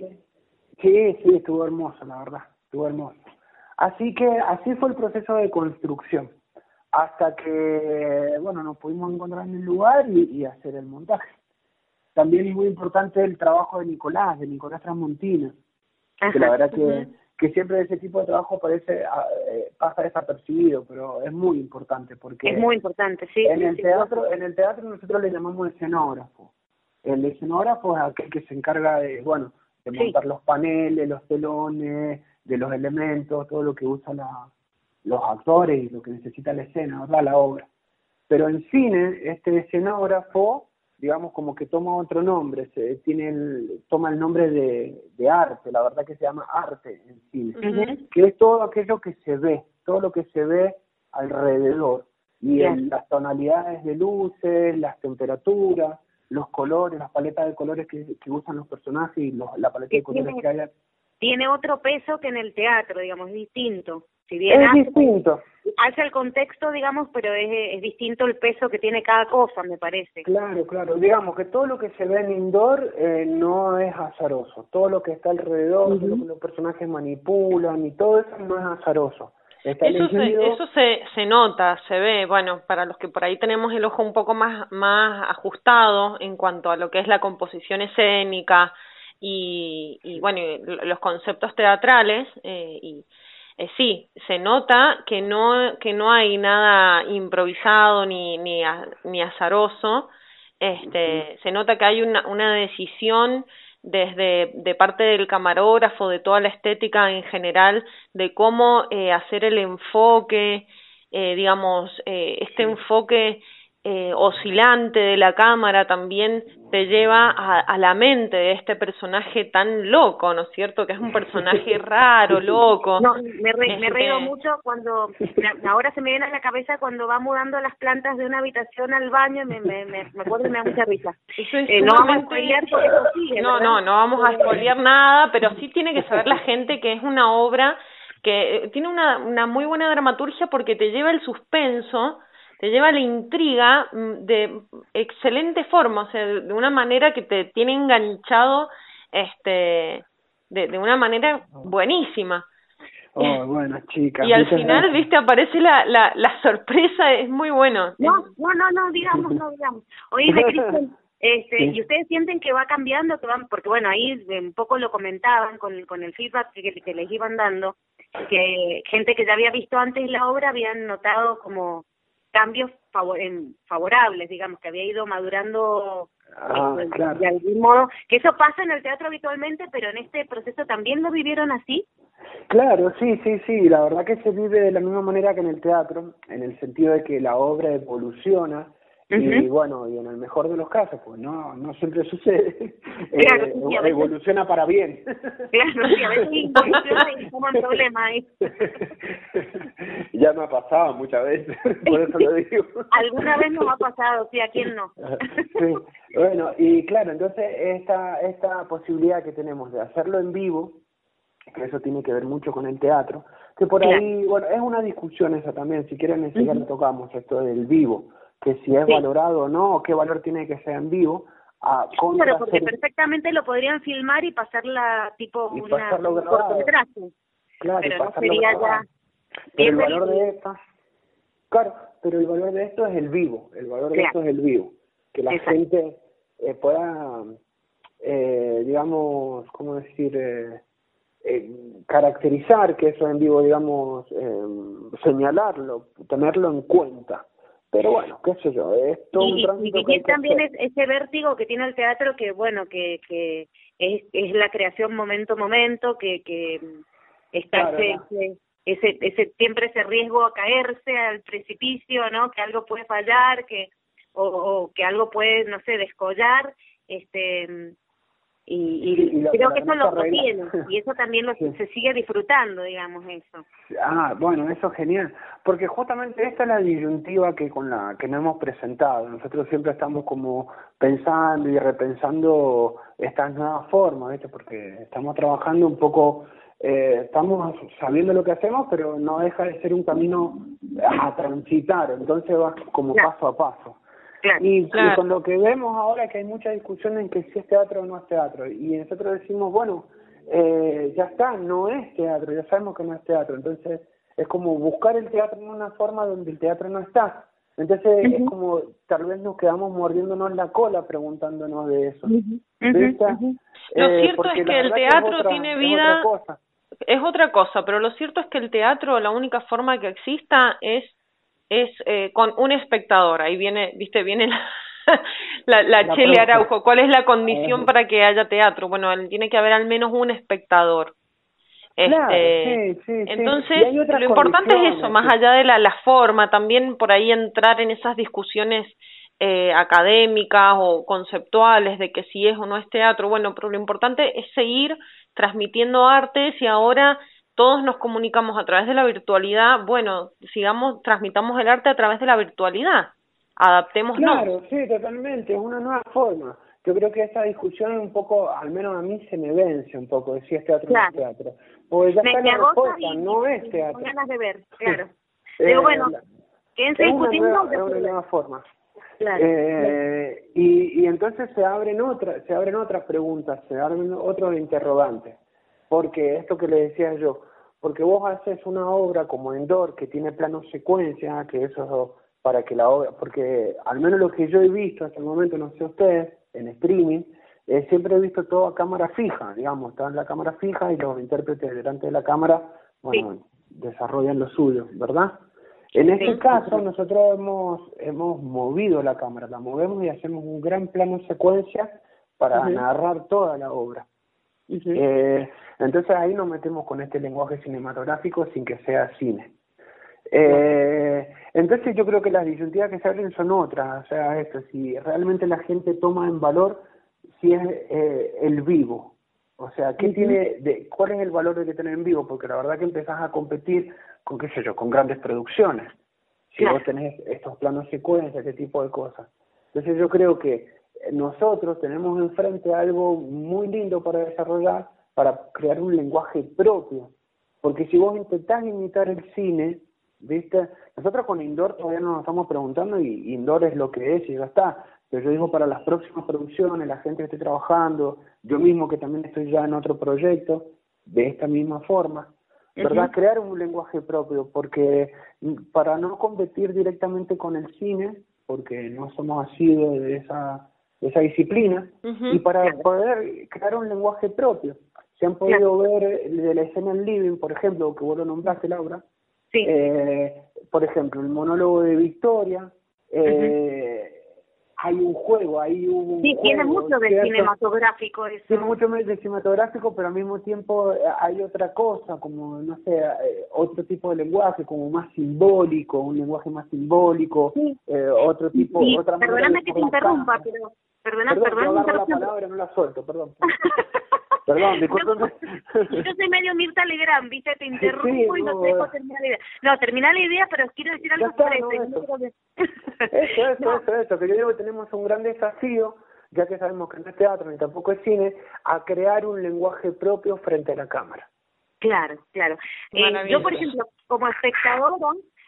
Sí, sí, estuvo hermoso, la verdad, estuvo hermoso. Así que así fue el proceso de construcción, hasta que, bueno, nos pudimos encontrar en el lugar y, y hacer el montaje. También es muy importante el trabajo de Nicolás, de Nicolás Tramontina, Ajá, que la verdad que, uh-huh. que siempre ese tipo de trabajo parece eh, pasa desapercibido, pero es muy importante porque es muy importante, sí. En sí, el sí, teatro, sí. en el teatro nosotros le llamamos escenógrafo. El escenógrafo es aquel que se encarga de, bueno, de montar sí. los paneles, los telones, de los elementos, todo lo que usan la, los actores y lo que necesita la escena, ¿verdad? La obra. Pero en cine, este escenógrafo, digamos, como que toma otro nombre, se tiene el, toma el nombre de, de arte, la verdad que se llama arte en cine, uh-huh. que es todo aquello que se ve, todo lo que se ve alrededor, y yeah. en las tonalidades de luces, las temperaturas, los colores, las paletas de colores que, que usan los personajes y los, la paleta de colores tiene, que haya. Tiene otro peso que en el teatro, digamos, es distinto. Si bien es hace, distinto. Hace el contexto, digamos, pero es, es distinto el peso que tiene cada cosa, me parece. Claro, claro. Digamos que todo lo que se ve en indoor eh, no es azaroso. Todo lo que está alrededor, uh-huh. todo lo que los personajes manipulan y todo eso no es azaroso. Está eso se, eso se, se nota, se ve, bueno, para los que por ahí tenemos el ojo un poco más, más ajustado en cuanto a lo que es la composición escénica y, y bueno, y los conceptos teatrales, eh, y Eh, sí, se nota que no que no hay nada improvisado ni ni, a, ni azaroso, este, se nota que hay una una decisión desde de parte del camarógrafo, de toda la estética en general, de cómo eh, hacer el enfoque, eh, digamos, eh, este enfoque eh, oscilante de la cámara también te lleva a, a la mente de este personaje tan loco, ¿no es cierto? Que es un personaje raro, loco. No, me, re, este... me reído mucho cuando, ahora se me viene a la cabeza cuando va mudando las plantas de una habitación al baño, y me, me, me, me acuerdo y me da mucha risa. Eso es eh, sumamente... No vamos a spoilear porque eso sigue, No, ¿verdad? no, no vamos a spoilear nada, pero sí tiene que saber la gente que es una obra que tiene una, una muy buena dramaturgia porque te lleva el suspenso, te lleva la intriga de excelente forma, o sea, de una manera que te tiene enganchado, este, de, de una manera buenísima. Oh, bueno, chicas. Y al final, gracias. Viste, aparece la, la, la sorpresa, es muy bueno. No, no, no, no, digamos, no, digamos. Oíme, Cristian, este, sí. ¿Y ustedes sienten que va cambiando? Que van, porque bueno, ahí un poco lo comentaban con, con el feedback que, que les iban dando, que gente que ya había visto antes la obra habían notado como cambios favor, en, favorables, digamos, que había ido madurando ah, eh, claro. de algún modo, que eso pasa en el teatro habitualmente, pero en este proceso también lo vivieron así. Claro, sí, sí, sí, la verdad que se vive de la misma manera que en el teatro, en el sentido de que la obra evoluciona, uh-huh. y bueno, y en el mejor de los casos, pues no no siempre sucede, claro, eh, sí, veces, evoluciona para bien. Claro, sí, a veces evoluciona y toma un problema ahí. Ya me ha pasado muchas veces, por eso lo digo. Alguna vez nos ha pasado, sí, ¿a quién no? Sí, bueno, y claro, entonces esta esta posibilidad que tenemos de hacerlo en vivo, que eso tiene que ver mucho con el teatro, que por claro. ahí, bueno, es una discusión esa también, si quieren enseguida uh-huh. tocamos esto del vivo, que si es sí. valorado o no, o qué valor tiene que ser en vivo. A claro, porque ser... perfectamente lo podrían filmar y pasarla tipo y una pasarlo un cortometraje. Claro, pero no sería ya... Pero el valor de esto, claro, pero el valor de esto es el vivo, el valor claro. de esto es el vivo, que la Exacto. gente eh, pueda, eh, digamos, ¿cómo decir? Eh, eh, caracterizar que eso en vivo, digamos, eh, señalarlo, tenerlo en cuenta. Pero bueno, qué sé yo, es todo un tránsito. Y, y, y también es ese vértigo que tiene el teatro, que bueno, que que es, es la creación momento a momento, que que está claro, ese, ese, ese ese siempre ese riesgo a caerse al precipicio, ¿no? Que algo puede fallar, que o, o que algo puede, no sé, descollar, este y, y, y lo, creo que eso lo sostiene y eso también lo, sí. se sigue disfrutando, digamos, eso. Ah, bueno, eso es genial, porque justamente esta es la disyuntiva que con la que nos hemos presentado. Nosotros siempre estamos como pensando y repensando estas nuevas formas, ¿viste? Porque estamos trabajando un poco, eh, estamos sabiendo lo que hacemos, pero no deja de ser un camino a transitar, entonces va como claro. paso a paso. Claro, y, claro. y con lo que vemos ahora que hay mucha discusión en que si es teatro o no es teatro, y nosotros decimos, bueno, eh, ya está, no es teatro, ya sabemos que no es teatro, entonces es como buscar el teatro en una forma donde el teatro no está, entonces uh-huh. es como tal vez nos quedamos mordiéndonos la cola preguntándonos de eso. Uh-huh. Uh-huh. Uh-huh. Eh, lo cierto es que el teatro es otra, tiene vida, es otra, es otra cosa, pero lo cierto es que el teatro, la única forma que exista es es eh, con un espectador. Ahí viene, viste, viene la, la, la, la Chele Araujo. ¿Cuál es la condición eh. para que haya teatro? Bueno, tiene que haber al menos un espectador. Claro, este, sí, sí, entonces, sí. lo importante es eso, más allá de la, la forma, también por ahí entrar en esas discusiones eh, académicas o conceptuales de que si es o no es teatro, bueno, pero lo importante es seguir transmitiendo arte. Si ahora todos nos comunicamos a través de la virtualidad, bueno, sigamos, transmitamos el arte a través de la virtualidad, adaptémonos. Claro, sí, totalmente, es una nueva forma. Yo creo que esa discusión un poco, al menos a mí se me vence un poco, de si es teatro claro. o no es teatro. Porque ya me está la respuesta, y, no y, es teatro. Con ganas de ver, claro. eh, Digo, bueno, la, quédense es una discutiendo. nueva, es una nueva forma. Claro, eh, claro. Y, y entonces se abren otras, se abren otras preguntas, se abren otros interrogantes. Porque esto que le decía yo, porque vos haces una obra como Endor que tiene plano secuencia, que eso para que la obra, porque al menos lo que yo he visto hasta el momento, no sé ustedes, en streaming, eh, siempre he visto todo a cámara fija, digamos, está en la cámara fija y los intérpretes delante de la cámara, bueno, sí, desarrollan lo suyo, ¿verdad? En este sí, caso, sí, nosotros hemos hemos movido la cámara, la movemos y hacemos un gran plano secuencia para uh-huh. narrar toda la obra. Uh-huh. Eh, entonces ahí nos metemos con este lenguaje cinematográfico sin que sea cine. Eh, entonces yo creo que las disyuntivas que se abren son otras, o sea, esto, si realmente la gente toma en valor si es eh, el vivo, o sea, ¿qué uh-huh. tiene de, cuál es el valor de que tener en vivo? Porque la verdad que empezás a competir con, qué sé yo, con grandes producciones, si claro. vos tenés estos planos secuencia, este tipo de cosas. Entonces yo creo que nosotros tenemos enfrente algo muy lindo para desarrollar, para crear un lenguaje propio, porque si vos intentás imitar el cine, ¿viste? Nosotros con Indoor todavía no nos estamos preguntando y Indoor es lo que es y ya está, pero yo digo para las próximas producciones, la gente que esté trabajando, yo mismo que también estoy ya en otro proyecto, de esta misma forma, ¿verdad? Uh-huh. Crear un lenguaje propio, porque para no competir directamente con el cine, porque no somos asiduos de esa, de esa disciplina, uh-huh. y para poder crear un lenguaje propio. Se han podido claro. ver de la escena en Living, por ejemplo, que vos lo nombraste, Laura, sí. eh, por ejemplo, el monólogo de Victoria, eh, uh-huh. hay un juego, hay un Sí, juego, tiene mucho de ¿cierto? cinematográfico eso. Tiene mucho de cinematográfico, pero al mismo tiempo hay otra cosa, como, no sé, otro tipo de lenguaje, como más simbólico, un lenguaje más simbólico, sí. eh, otro tipo, sí, otra manera. Perdóname que te interrumpa, pero... Perdona, perdón, perdón, yo agarro la palabra, no la suelto, perdón. Perdón, discúlpeme. No, yo soy medio Mirta Legrand, ¿viste? Te interrumpo sí, y no, no te dejo terminar la idea. No, terminá la idea, pero quiero decir algo está, sobre no, eso. eso. No que... eso, eso, no. eso, eso, que yo digo que tenemos un gran desafío, ya que sabemos que no es teatro ni tampoco es cine, a crear un lenguaje propio frente a la cámara. Claro, claro. Eh, yo, por ejemplo, como espectadora,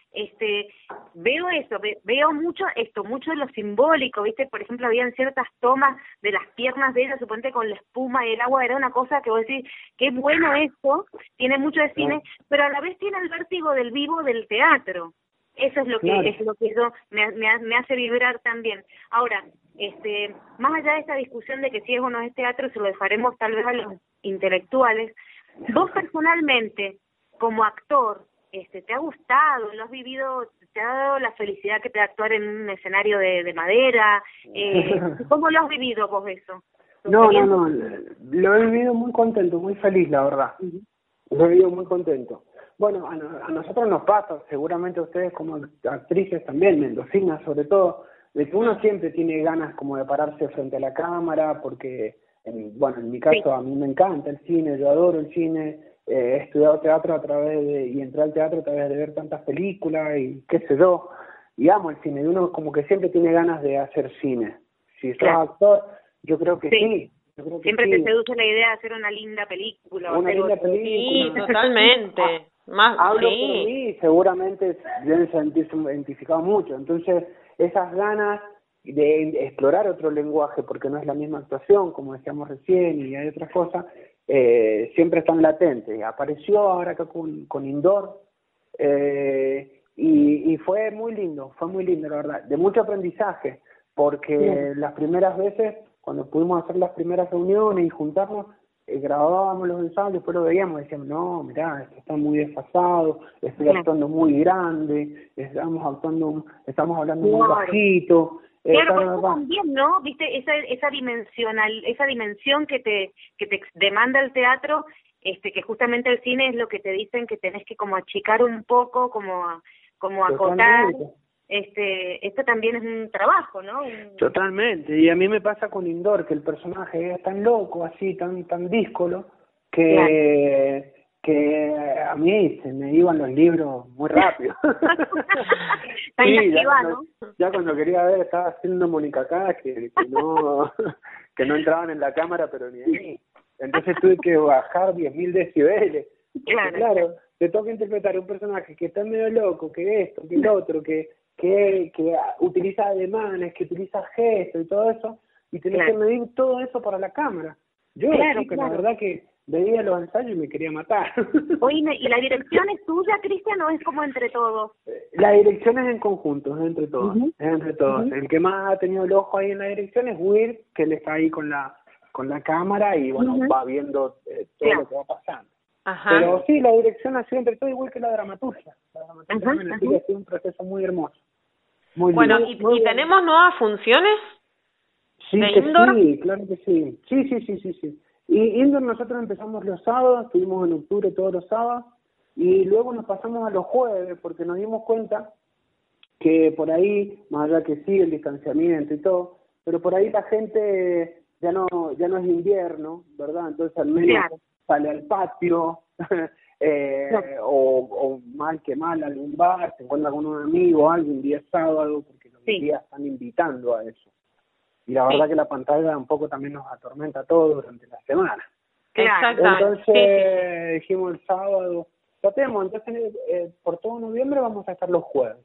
este veo eso, ve, veo mucho esto, mucho de lo simbólico, ¿viste? Por ejemplo, habían ciertas tomas de las piernas de ella, suponete con la espuma y el agua, era una cosa que vos decís, qué bueno esto, tiene mucho de cine, sí. pero a la vez tiene el vértigo del vivo del teatro. Eso es lo que claro. es lo que yo me, me, me hace vibrar también. Ahora, este más allá de esta discusión de que si es o no es teatro, se lo dejaremos tal vez a los intelectuales. Vos personalmente, como actor, este ¿te ha gustado? ¿Lo has vivido? ¿Te ha dado la felicidad que te da actuar en un escenario de, de madera? Eh, ¿Cómo lo has vivido vos eso? No, no, no, lo he vivido muy contento, muy feliz, la verdad. Uh-huh. Lo he vivido muy contento. Bueno, a, a nosotros nos pasa, seguramente a ustedes como actrices también, mendocinas sobre todo, de que uno siempre tiene ganas como de pararse frente a la cámara, porque, en, bueno, en mi caso sí. a mí me encanta el cine, yo adoro el cine, eh, he estudiado teatro a través de, y entré al teatro a través de ver tantas películas y qué sé yo, y amo el cine, y uno como que siempre tiene ganas de hacer cine. Si sos claro. actor, yo creo que sí. sí. Yo creo que siempre sí. te seduce la idea de hacer una linda película. Una linda otro. película. Sí, totalmente. Más, Hablo sí. por mí, seguramente deben sentirse identificado mucho. Entonces, esas ganas de explorar otro lenguaje, porque no es la misma actuación, como decíamos recién, y hay otras cosas, eh, siempre están latentes. Apareció ahora acá con, con Indoor, eh, y, y fue muy lindo, fue muy lindo, la verdad, de mucho aprendizaje, porque sí. las primeras veces, cuando pudimos hacer las primeras reuniones y juntarnos, eh, grabábamos los ensayos, después lo veíamos y decíamos, no, mirá, esto está muy desfasado, estoy sí. actuando muy grande, estamos actuando, estamos hablando claro. muy bajito. Eh, claro, pero eso también, ¿no? Viste, esa esa dimensional, esa dimensión que te que te demanda el teatro, este que justamente el cine es lo que te dicen que tenés que como achicar un poco, como como acotar. este, esto también es un trabajo, ¿no? Un... Totalmente, y a mí me pasa con Indor, que el personaje es tan loco, así, tan tan díscolo, que... Claro. que a mí se me iban los libros muy rápido. sí, ya, cuando, ya cuando quería ver estaba haciendo Mónica K, que, que no que no entraban en la cámara, pero ni ahí. Entonces tuve que bajar diez mil decibeles. Claro. claro, te toca interpretar un personaje que está medio loco, que esto, que el otro, que que, que utiliza ademanes, que utiliza gestos y todo eso, y tenés claro. que medir todo eso para la cámara. Yo claro, creo que claro. la verdad que veía los ensayos y me quería matar. Oye, ¿y la dirección es tuya, Cristian, o es como entre todos? La dirección es en conjunto, es entre todos, uh-huh. es entre todos. Uh-huh. El que más ha tenido el ojo ahí en la dirección es Weir, que él está ahí con la con la cámara y bueno, uh-huh. va viendo eh, todo claro. lo que va pasando. Ajá. Pero sí, la dirección ha sido entre todo igual que la dramaturgia. La dramaturgia uh-huh. uh-huh. ha sido un proceso muy hermoso. Muy bueno, lindo, ¿y, muy ¿y tenemos nuevas funciones sí, de que Indor? Sí, claro que sí. Sí, sí, sí, sí, sí. Y Indor nosotros empezamos los sábados, estuvimos en octubre todos los sábados, y luego nos pasamos a los jueves, porque nos dimos cuenta que por ahí, más allá que sí, el distanciamiento y todo, pero por ahí la gente ya no ya no es invierno, ¿verdad? Entonces al menos claro. sale al patio, eh, claro. o, o mal que mal a algún bar, se encuentra con un amigo, algún día sábado, porque los sí. días están invitando a eso. Y la verdad sí. que la pantalla un poco también nos atormenta a todos durante la semana. Exacto. Entonces sí, sí. dijimos el sábado, tratemos, entonces eh, por todo noviembre vamos a estar los jueves.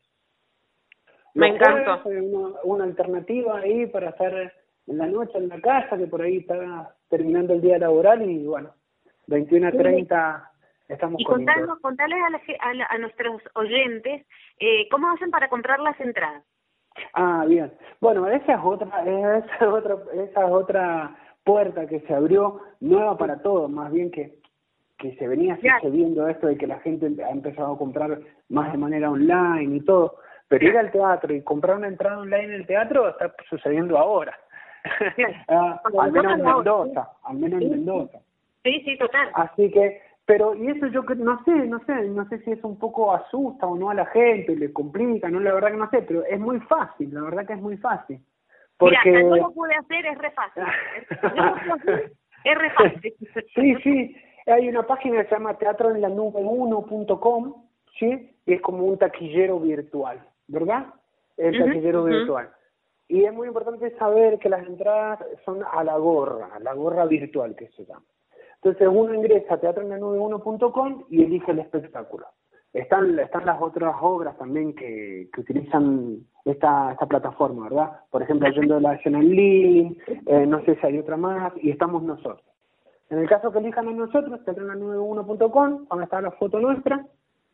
Los Me encantó. Jueves, una, una alternativa ahí para estar en la noche en la casa, que por ahí está terminando el día laboral y bueno, veintiuno a treinta sí. estamos y con contanos, contarles a, la, a, la, a nuestros oyentes eh, cómo hacen para comprar las entradas. Ah, bien. Bueno, esa es otra, esa es otra, esa es otra puerta que se abrió nueva para todos, más bien que que se venía sucediendo esto de que la gente ha empezado a comprar más de manera online y todo, pero ir al teatro y comprar una entrada online en el teatro está sucediendo ahora. ah, al menos en Mendoza, al menos en Mendoza. Sí, sí, total. Así que Pero, y eso yo no sé, no sé, no sé si es un poco asusta o no a la gente, le complica, no, la verdad que no sé, pero es muy fácil, la verdad que es muy fácil. Porque... Mira, yo lo pude hacer, es re fácil. Es re fácil. Sí, sí, hay una página que se llama teatro en la nube uno punto com, ¿sí? Y es como un taquillero virtual, ¿verdad? El uh-huh, taquillero uh-huh. virtual. Y es muy importante saber que las entradas son a la gorra, a la gorra virtual que se llama. Entonces uno ingresa a teatro en la nube uno punto com y elige el espectáculo. Están están las otras obras también que, que utilizan esta esta plataforma, ¿verdad? Por ejemplo, Yendo de la National League, eh, no sé si hay otra más, y estamos nosotros. En el caso que elijan a nosotros, teatro en la nube uno punto com, donde está la foto nuestra,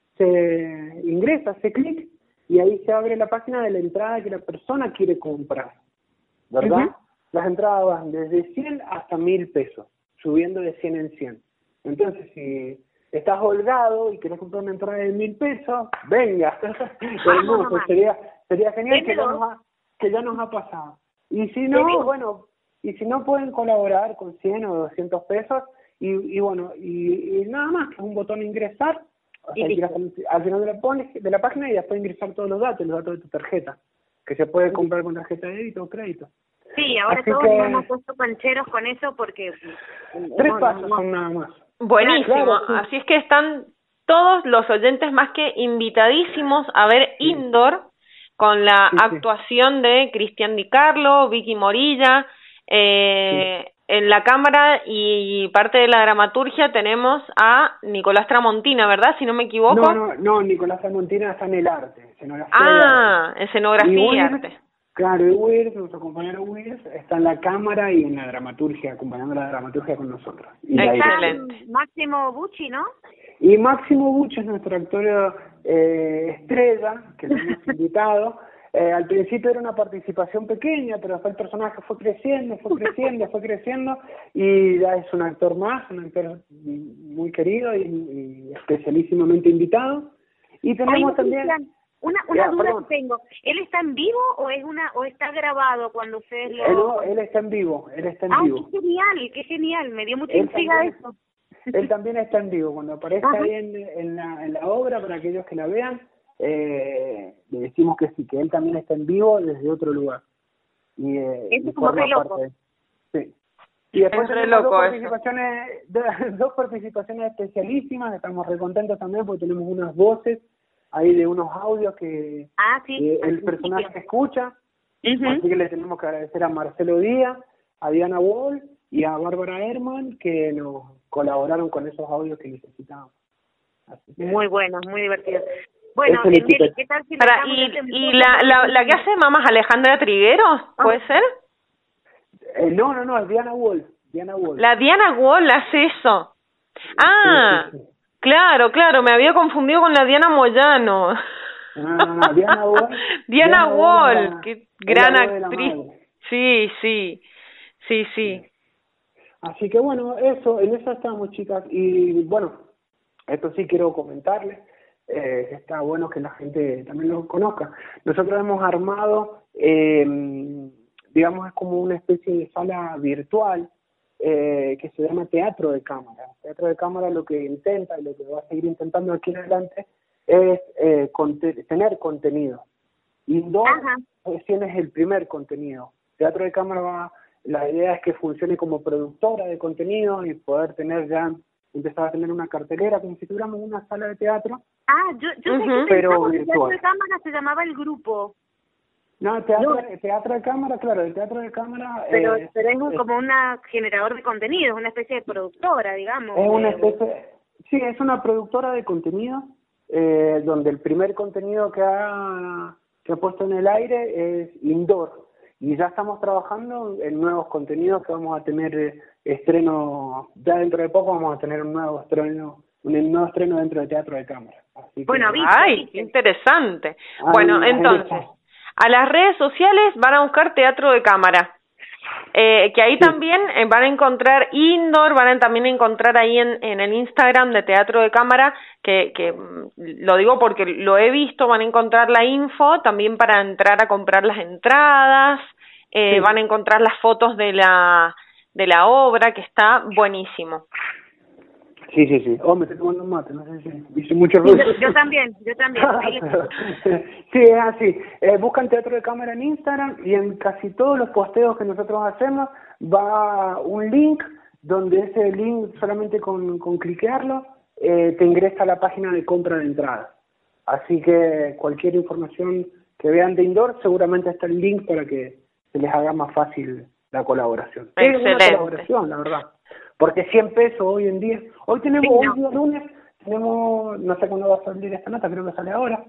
se ingresa, se clic, y ahí se abre la página de la entrada que la persona quiere comprar, ¿verdad? Uh-huh. Las entradas van desde cien hasta mil pesos, subiendo de cien en cien. Entonces, si estás holgado y querés comprar una entrada de mil pesos, venga. Hermoso, sería sería genial que ya, nos ha, que ya nos ha pasado. Y si no, bueno, y si no pueden colaborar con cien o doscientos pesos, y, y bueno, y, y nada más, que es un botón ingresar, o sea, ingresas al final de la, de la página y después ingresar todos los datos, los datos de tu tarjeta, que se puede comprar con tarjeta de débito o crédito. Sí, ahora Así todos que... nos hemos puesto pancheros con eso porque... Tres no, pasos no, no. son nada más. Buenísimo, claro, sí. Así es que están todos los oyentes más que invitadísimos a ver sí. Indor con la sí, actuación sí. de Cristian Di Carlo, Vicky Morilla, eh, sí. en la cámara y parte de la dramaturgia tenemos a Nicolás Tramontina, ¿verdad? Si no me equivoco. No, no, no, Nicolás Tramontina está en el arte. Escenografía ah, y escenografía y, y arte. Claro, y Wirs, nuestro compañero Wirs, está en la cámara y en la dramaturgia, acompañando la dramaturgia con nosotros. Y excelente. Máximo Bucci, ¿no? Y Máximo Bucci es nuestro actor eh, estrella, que lo hemos invitado. Eh, al principio era una participación pequeña, pero después el personaje fue creciendo, fue creciendo, fue creciendo, y ya es un actor más, un actor muy querido y, y especialísimamente invitado. Y tenemos Oye, también... Cristian. Una una ya, duda perdón. que tengo, ¿él está en vivo o es una o está grabado cuando ustedes lo...? Eh, no, él está en vivo, él está en ah, vivo. qué genial, qué genial, me dio mucha intriga eso. Él también está en vivo, cuando aparezca ahí en, en, la, en la obra, para aquellos que la vean, eh, le decimos que sí, que él también está en vivo desde otro lugar. Y, eh, Eso y es como forma re loco. parte. Sí. Y después Es re tenemos loco dos eso. participaciones, dos participaciones especialísimas, estamos re contentos también porque tenemos unas voces ahí de unos audios que, Ah, sí, que al el personaje principio. escucha. Ujú. Así que le tenemos que agradecer a Marcelo Díaz, a Diana Wall y a Bárbara Herman que nos colaboraron con esos audios que necesitábamos. Así que, Muy buenos, muy divertidos. Bueno, Ese le quita- Nelly, ¿qué tal si Para, dejamos y este y enfoque? la, la, la que hace mamá es Alejandra Trigueros, ¿puede ser? eh, no, no, no, es Diana Wall. Diana Wall. La Diana Wall hace eso. Ah, Sí, sí, sí. claro, claro, me había confundido con la Diana Moyano. No, no, no, Diana Wall. Diana Wall, es la- qué es gran la voz de la actriz. madre. Sí, sí, sí, sí. Así que bueno, eso, en eso estamos, chicas. Y bueno, esto sí quiero comentarles. Eh, está bueno que la gente también lo conozca. Nosotros hemos armado, eh, digamos, es como una especie de sala virtual eh, que se llama Teatro de Cámara. Teatro de Cámara lo que intenta y lo que va a seguir intentando aquí en adelante es eh, conte- tener contenido. Indoor Ajá. recién es el primer contenido. Teatro de Cámara va, la idea es que funcione como productora de contenido y poder tener ya, empezar a tener una cartelera como si tuviéramos una sala de teatro. Ah, yo, yo sé Ujú. que Pero pensaba que el teatro virtual. de cámara se llamaba El Grupo, No, teatro, No. teatro de cámara, claro, el teatro de cámara pero, eh, pero es un- es, como una generador de contenidos, una especie de productora, digamos. es una de- especie, sí, es una productora de contenido eh, donde el primer contenido que ha, que ha puesto en el aire es indoor y ya estamos trabajando en nuevos contenidos que vamos a tener eh, estreno, ya dentro de poco vamos a tener un nuevo estreno, un nuevo estreno dentro de Teatro de Cámara. Así que, Bueno, ¿viste? Ay, ¿viste? qué interesante. Ahí- Bueno, ahí entonces, está. a las redes sociales van a buscar Teatro de Cámara. Eh, que ahí Sí. también eh, van a encontrar indoor, van a también encontrar ahí en, en el Instagram de Teatro de Cámara, que, que mm, lo digo porque lo he visto, van a encontrar la info también para entrar a comprar las entradas, eh, Sí. van a encontrar las fotos de la de la obra, que está buenísimo. Sí, sí, sí. Oh, me estoy tomando un mate, no sé si hice mucho Sí, ruido. yo, yo también, yo también. Ahí está. Sí, es así. Eh, buscan Teatro de Cámara en Instagram y en casi todos los posteos que nosotros hacemos va un link donde ese link solamente con, con cliquearlo eh, te ingresa a la página de compra de entradas. Así que cualquier información que vean de Indoor seguramente está el link para que se les haga más fácil la colaboración. Es una Excelente. colaboración, la verdad. Porque cien pesos hoy en día. Hoy tenemos, Sí, no. hoy día lunes, tenemos, no sé cuándo va a salir esta nota, creo que sale ahora.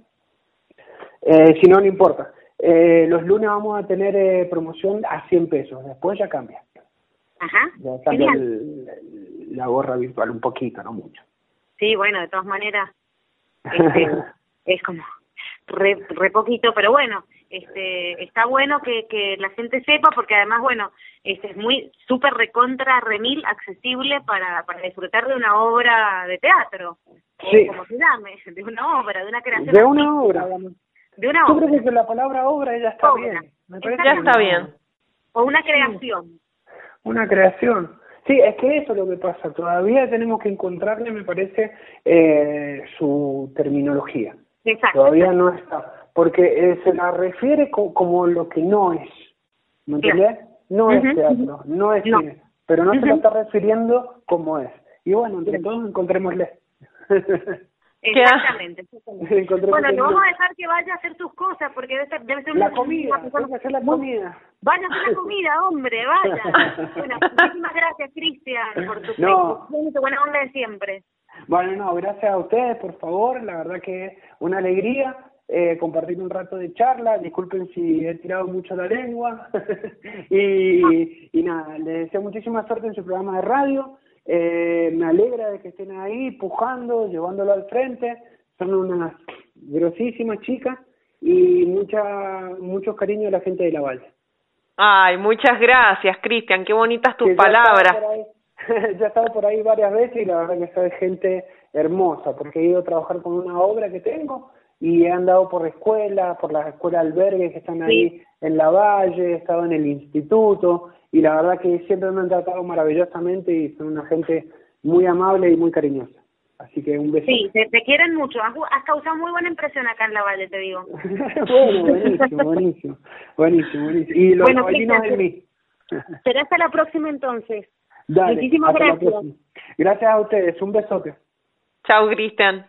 Eh, si no, no importa. Eh, los lunes vamos a tener eh, promoción a cien pesos, después ya cambia. Ajá, Ya cambia genial. el- la gorra virtual un poquito, no mucho. Sí, bueno, de todas maneras, este, es como re, re poquito, pero bueno, este, está bueno que, que la gente sepa, porque además, bueno, este es muy súper recontra, remil, accesible para, para disfrutar de una obra de teatro, Sí. o como se llame, de una obra, de una creación De una artística, obra. digamos. De una Yo obra, creo que la palabra obra ya está Obra. bien. Me parece Ya que está no- bien. o una creación. Una creación. Sí, es que eso es lo que pasa. Todavía tenemos que encontrarle, me parece, eh, su terminología. Exacto. Todavía no está. Porque eh, se la refiere co- como lo que no es. ¿Me entendés? No es Ujú, teatro, no es No. cine. Pero no se Ujú. lo está refiriendo como es. Y bueno, entre todos encontrémosle. Exactamente. exactamente. Encontremos Bueno, el le vamos a link. dejar que vaya a hacer tus cosas, porque debe ser, debe ser La una- comida, una persona- tengo que hacer la comida. Vaya a hacer la comida, hombre, vaya. Bueno, muchísimas gracias, Cristian, por tu No. predisposición y tu buena onda de siempre. Bueno, no, gracias a ustedes, por favor. La verdad que es una alegría eh, compartir un rato de charla. Disculpen si he tirado mucho la lengua. y, y nada, les deseo muchísima suerte en su programa de radio. Eh, me alegra de que estén ahí pujando, llevándolo al frente. Son unas grosísimas chicas y mucha mucho cariño a la gente de La Valle. Ay, muchas gracias, Cristian, qué bonitas tus Que ya he estado palabras. por ahí- ya he estado por ahí varias veces y la verdad que soy gente hermosa, porque he ido a trabajar con una obra que tengo y he andado por escuelas, por las escuelas albergues que están ahí Sí. en La Valle, he estado en el instituto y la verdad que siempre me han tratado maravillosamente y son una gente muy amable y muy cariñosa. Así que un beso. Sí, te, te quieren mucho. Has, has causado muy buena impresión acá en La Valle, te digo. Bueno, buenísimo, buenísimo. Buenísimo, buenísimo. Y los bueno, caballinos en mí. Será hasta la próxima entonces. Dale, muchísimas gracias. Gracias a ustedes, un besote. Chao, Cristian.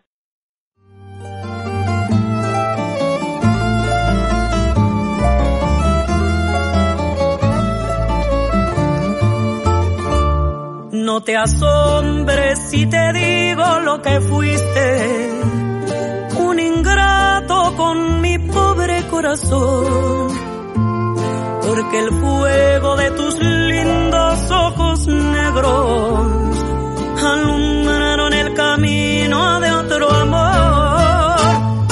No te asombres si te digo lo que fuiste, un ingrato con mi pobre corazón, porque el fuego de tus lindos ojos negros alumbraron el camino de otro amor.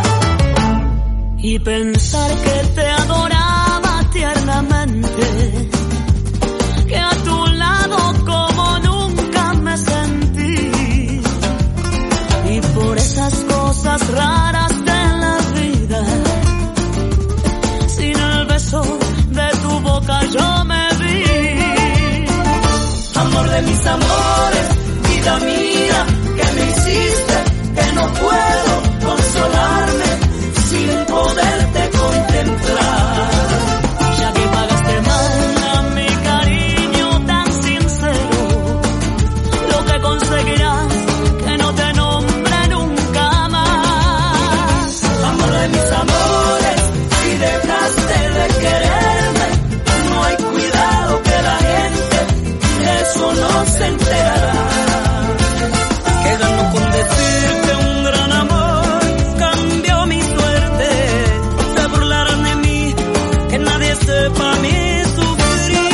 Y pensar que te adoraba tiernamente, que a tu lado como nunca me sentí, y por esas cosas raras de la vida, sin el beso de tu boca yo me vi. Amor de mis amores, vida mía, que me hiciste, que no puedo consolarme sin poderte contemplar. Ya que pagaste mal a mi cariño tan sincero, lo que conseguirás que no te nombre nunca más. Amor de mis amores, si dejaste de quererme, no hay cuidado que la gente de eso no se enterará. Que gano con decirte un gran amor cambió mi suerte. Se burlarán de mí, que nadie sepa mi sufrir.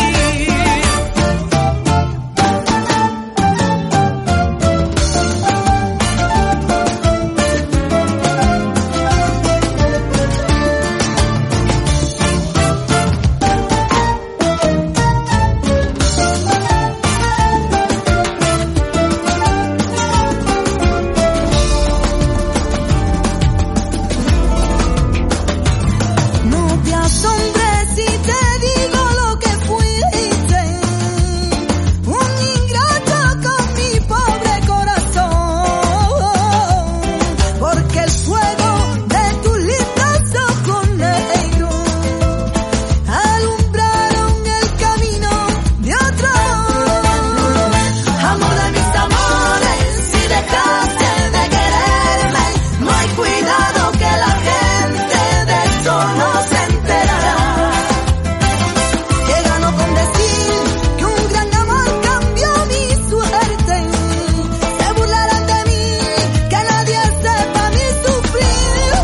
No te asombres si te digo lo que fuiste, un ingrato con mi pobre corazón, porque el fuego de tus lindos ojos negros alumbraron el camino de otro. Amor de mis amores, si dejaste de quererme, no hay cuidado que la gente de eso no se enterará. Que gano con decir que un gran amor cambió mi suerte. Se burlarán de mí, que nadie sepa mi sufrir.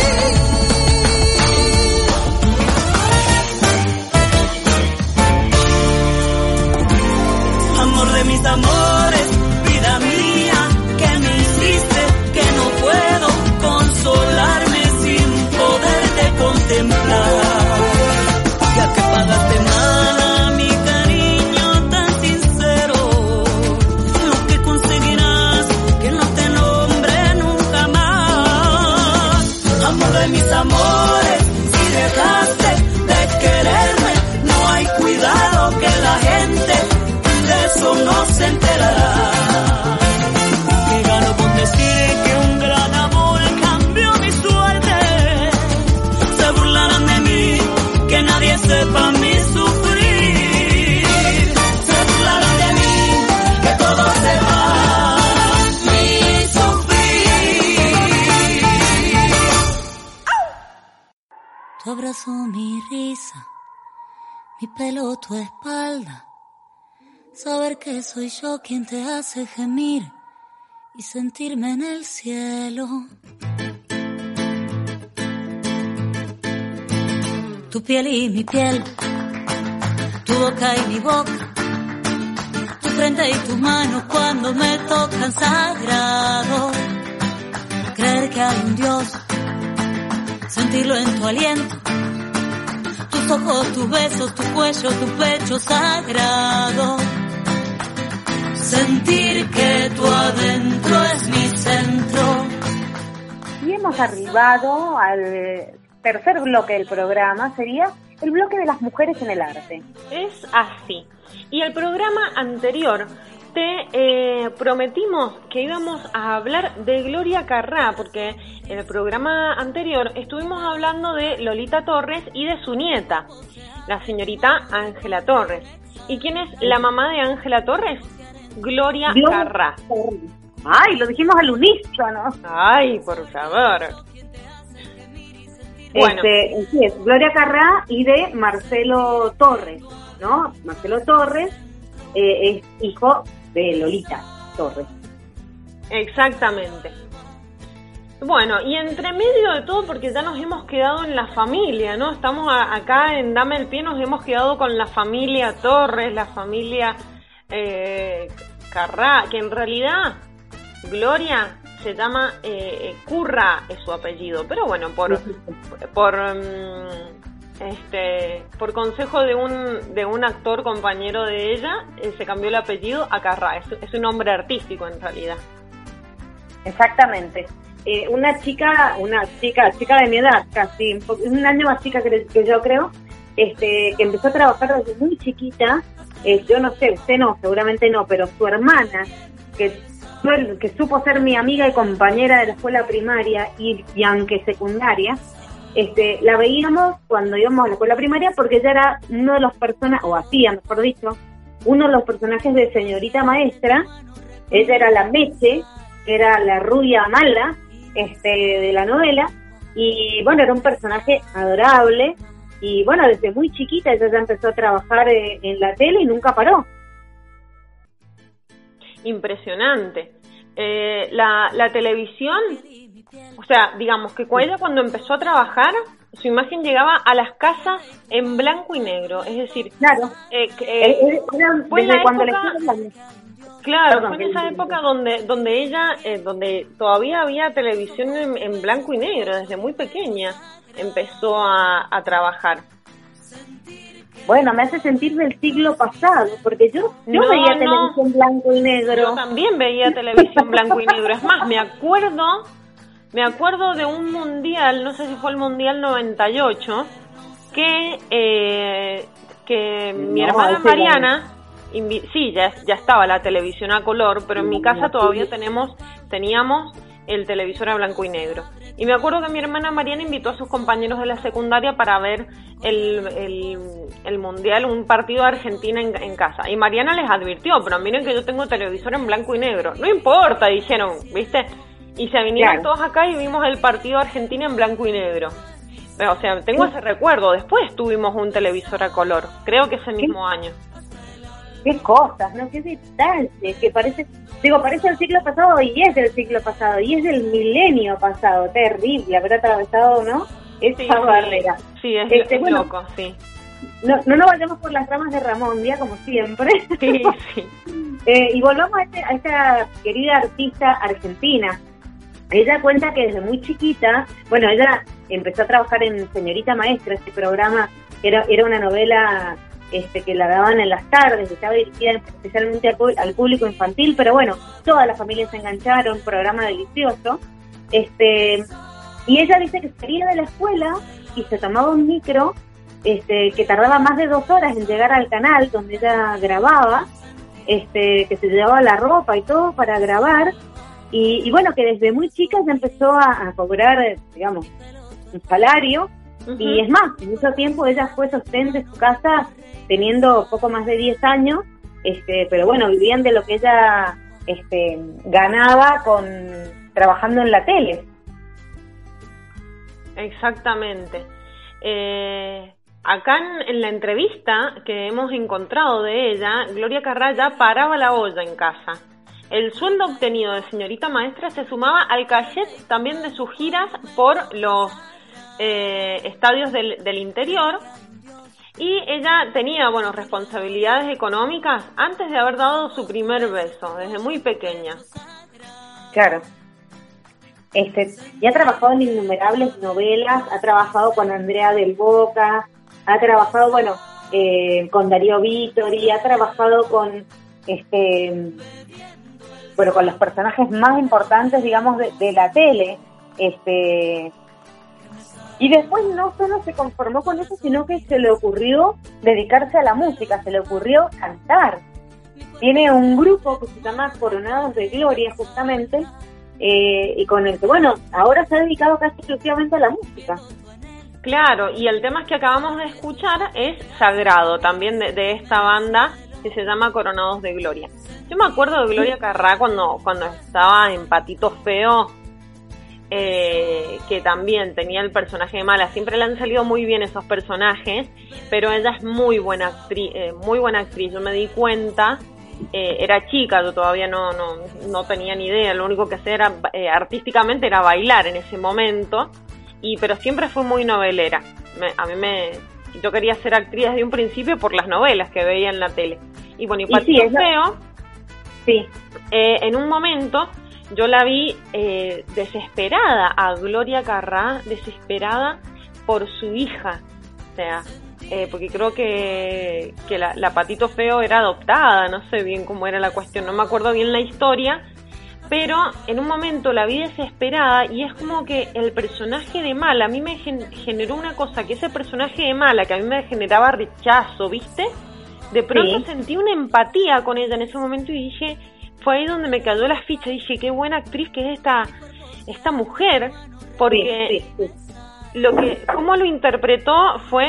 Amor de mis amores, vida mía, que me hiciste, que no puedo consolarme sin poderte contemplar. Ya que pagaste mal a mi cariño tan sincero, lo que conseguirás que no te nombre nunca más. Amor de mis amores, si dejaste de quererme, no hay cuidado que la gente de eso no se enterará. Que gano con decir que un gran amor cambió mi suerte. Se burlarán de mí, que nadie sepa mi sufrir. Se burlarán de mí, que todo sepa mi sufrir. Tu abrazo, mi risa, mi pelo, tu espalda. Saber que soy yo quien te hace gemir y sentirme en el cielo. Tu piel y mi piel, tu boca y mi boca, tu frente y tus manos cuando me tocan sagrado. Creer que hay un Dios, sentirlo en tu aliento, tus ojos, tus besos, tu cuello, tu pecho sagrado. Sentir que tu adentro es mi centro. Y hemos arribado al tercer bloque del programa, sería el bloque de las mujeres en el arte. Es así. Y el programa anterior te eh, prometimos que íbamos a hablar de Gloria Carrá, porque en el programa anterior estuvimos hablando de Lolita Torres y de su nieta, la señorita Ángela Torres. ¿Y quién es la mamá de Ángela Torres? Gloria, Gloria Carrá. Ay, lo dijimos al unísono. Ay, por favor. Bueno. Este, sí, es Gloria Carrá y de Marcelo Torres, ¿no? Marcelo Torres eh, es hijo de Lolita Torres. Exactamente. Bueno, y entre medio de todo, porque ya nos hemos quedado en la familia, ¿no? Estamos a, acá en Dame el Pie, nos hemos quedado con la familia Torres, la familia eh, Carrá, que en realidad Gloria se llama eh, Curra, es su apellido, pero bueno, por por um, este por consejo de un de un actor compañero de ella, eh, se cambió el apellido a Carrá, es, es un nombre artístico en realidad. Exactamente. Eh, una chica, una chica, chica de mi edad, casi un año más chica que, que yo creo, este, que empezó a trabajar desde muy chiquita. Eh, yo no sé, usted no, seguramente no, pero su hermana, que que supo ser mi amiga y compañera de la escuela primaria y, y aunque secundaria, este, la veíamos cuando íbamos a la escuela primaria porque ella era uno de los personajes, o hacía, mejor dicho, uno de los personajes de Señorita Maestra. Ella era la Meche, que era la rubia mala este, de la novela, y bueno, era un personaje adorable, y bueno, desde muy chiquita ella ya empezó a trabajar eh, en la tele y nunca paró. Impresionante. Eh, la, la televisión, o sea, digamos que ella cuando empezó a trabajar, su imagen llegaba a las casas en blanco y negro, es decir, claro, eh, eh, eh, fue en la época, la... claro, Perdón, fue en esa época donde donde ella, eh, donde todavía había televisión en, en blanco y negro, desde muy pequeña empezó a, a trabajar. Bueno, me hace sentir del siglo pasado, porque yo, yo no, veía no. televisión blanco y negro. Yo también veía televisión blanco y negro. Es más, me acuerdo, me acuerdo de un mundial, no sé si fue el mundial noventa y ocho, que eh, que no, mi hermana Mariana, invi- sí, ya ya estaba la televisión a color, pero en mi casa todavía tenemos teníamos el televisor a blanco y negro. Y me acuerdo que mi hermana Mariana invitó a sus compañeros de la secundaria para ver el, el, el mundial, un partido de Argentina en, en casa. Y Mariana les advirtió, pero miren que yo tengo televisor en blanco y negro. No importa, dijeron, ¿viste? Y se vinieron claro. todos acá y vimos el partido de Argentina en blanco y negro. Pero, o sea, tengo ese recuerdo. Después tuvimos un televisor a color, creo que ese mismo año. Qué cosas, ¿no? Qué detalles, que parece, digo, parece el siglo pasado y es del siglo pasado, y es del milenio pasado, terrible, haber atravesado, ¿no? Esa sí, barrera. Sí, es, este, es bueno, loco, sí. No, no nos vayamos por las ramas de Ramón Díaz, como siempre. Sí, sí. eh, y volvamos a, este, a esta querida artista argentina. Ella cuenta que desde muy chiquita, bueno, ella empezó a trabajar en Señorita Maestra, este programa era, era una novela este que la daban en las tardes, que estaba dirigida especialmente al, al público infantil, pero bueno, todas las familias se engancharon, programa delicioso. Este y ella dice que salía de la escuela y se tomaba un micro este que tardaba más de dos horas en llegar al canal donde ella grababa, este que se llevaba la ropa y todo para grabar, y, y bueno, que desde muy chica ya empezó a, a cobrar, digamos, un salario. Uh-huh. Y es más, mucho tiempo ella fue sostén de su casa teniendo poco más de diez años, este, pero bueno, vivían de lo que ella este, ganaba con trabajando en la tele. Exactamente. Eh, acá en, en la entrevista que hemos encontrado de ella, Gloria Carrá ya paraba la olla en casa. El sueldo obtenido de Señorita Maestra se sumaba al cachet también de sus giras por los eh, estadios del, del interior, y ella tenía, bueno, responsabilidades económicas antes de haber dado su primer beso, desde muy pequeña. Claro. Este, y ha trabajado en innumerables novelas, ha trabajado con Andrea del Boca, ha trabajado, bueno, eh, con Darío Vittori, ha trabajado con, este, bueno, con los personajes más importantes, digamos, de, de la tele, este, y después no solo se conformó con eso, sino que se le ocurrió dedicarse a la música, se le ocurrió cantar. tiene un grupo que se llama Coronados de Gloria, justamente, eh, y con el que, bueno, ahora se ha dedicado casi exclusivamente a la música. Claro, y el tema que acabamos de escuchar es Sagrado, también de, de esta banda que se llama Coronados de Gloria. Yo me acuerdo de Gloria Carrá cuando, cuando estaba en Patito Feo, eh, que también tenía el personaje de mala. Siempre le han salido muy bien esos personajes, pero ella es muy buena actriz, eh, muy buena actriz. Yo me di cuenta, eh, era chica, yo todavía no, no, no tenía ni idea, lo único que hacía era, eh, artísticamente era bailar en ese momento. Y pero siempre fue muy novelera. Me, a mí me yo quería ser actriz desde un principio por las novelas que veía en la tele. Y bueno, y Patito sí, Feo, sí. Eh, en un momento yo la vi eh, desesperada a Gloria Carrá, desesperada por su hija. O sea, eh, porque creo que, que la, la Patito Feo era adoptada, no sé bien cómo era la cuestión, no me acuerdo bien la historia. Pero en un momento la vi desesperada y es como que el personaje de Mala a mí me gen- generó una cosa, que ese personaje de Mala que a mí me generaba rechazo, ¿viste? De pronto sí. Sentí una empatía con ella en ese momento y dije, fue ahí donde me cayó la ficha, dije, qué buena actriz que es esta esta mujer, porque sí, sí, sí. lo que cómo lo interpretó fue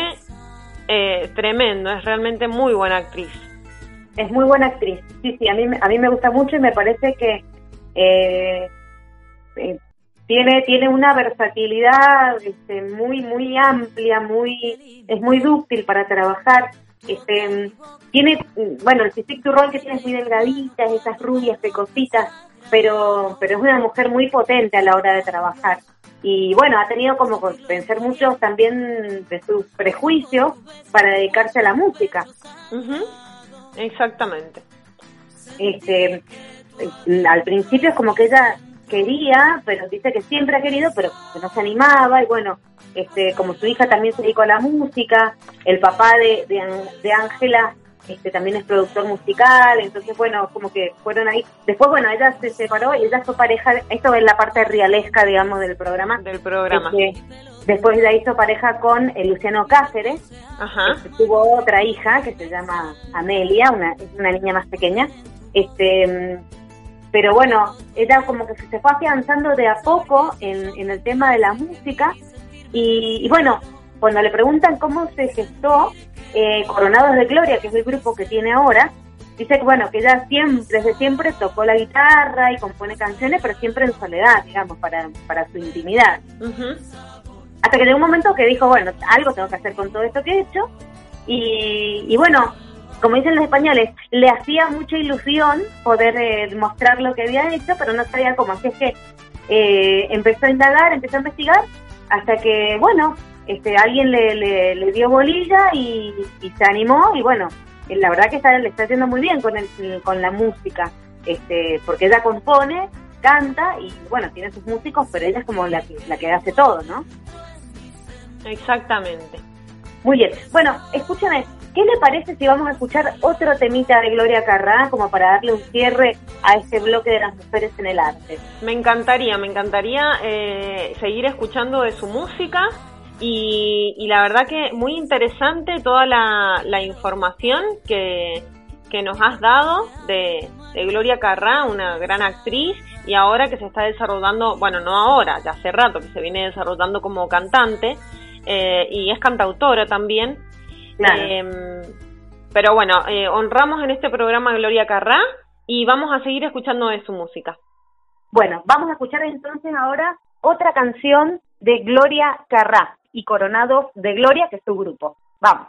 eh, tremendo, es realmente muy buena actriz. Es muy buena actriz, sí, sí, a mí, a mí me gusta mucho y me parece que Eh, eh, tiene tiene una versatilidad este, muy muy amplia, muy es muy dúctil para trabajar. Este, tiene, bueno, el physique du rôle que tiene es muy delgadita, esas rubias pecositas, pero pero es una mujer muy potente a la hora de trabajar. Y bueno, ha tenido como que vencer muchos también de sus prejuicios para dedicarse a la música. Uh-huh. Exactamente. Este al principio es como que ella quería, pero dice que siempre ha querido, pero que no se animaba, y bueno, este como su hija también se dedicó a la música, el papá de de Ángela este también es productor musical, entonces bueno, como que fueron ahí. Después bueno, ella se separó y ella fue pareja, esto es la parte realesca, digamos, del programa. Del programa. Este, después ella hizo pareja con el Luciano Cáceres. Ajá. Este, tuvo otra hija que se llama Amelia, una, una niña más pequeña. Este... Pero bueno, ella como que se fue afianzando de a poco en, en el tema de la música y, y bueno, cuando le preguntan cómo se gestó eh, Coronados de Gloria, que es el grupo que tiene ahora, dice que bueno, que ella siempre, desde siempre tocó la guitarra y compone canciones, pero siempre en soledad, digamos, para, para su intimidad. Uh-huh. Hasta que llegó un momento que dijo, bueno, algo tengo que hacer con todo esto que he hecho y, y bueno, como dicen los españoles, le hacía mucha ilusión poder eh, mostrar lo que había hecho, pero no sabía cómo. Así es que eh, empezó a indagar, empezó a investigar, hasta que, bueno, este alguien le, le, le dio bolilla y, y se animó. Y bueno, la verdad que está, le está haciendo muy bien con, el, con la música, este porque ella compone, canta y, bueno, tiene sus músicos, pero ella es como la que, la que hace todo, ¿no? Exactamente. Muy bien. Bueno, escúchame. ¿Qué le parece si vamos a escuchar otro temita de Gloria Carrá como para darle un cierre a este bloque de las mujeres en el arte? Me encantaría, me encantaría eh, seguir escuchando de su música y, y la verdad que muy interesante toda la, la información que, que nos has dado de, de Gloria Carrá, una gran actriz y ahora que se está desarrollando, bueno, no ahora, ya hace rato que se viene desarrollando como cantante eh, y es cantautora también. Claro. Eh, pero bueno, eh, honramos en este programa a Gloria Carrá y vamos a seguir escuchando de su música. Bueno, vamos a escuchar entonces ahora otra canción de Gloria Carrá y Coronados de Gloria, que es su grupo. Vamos.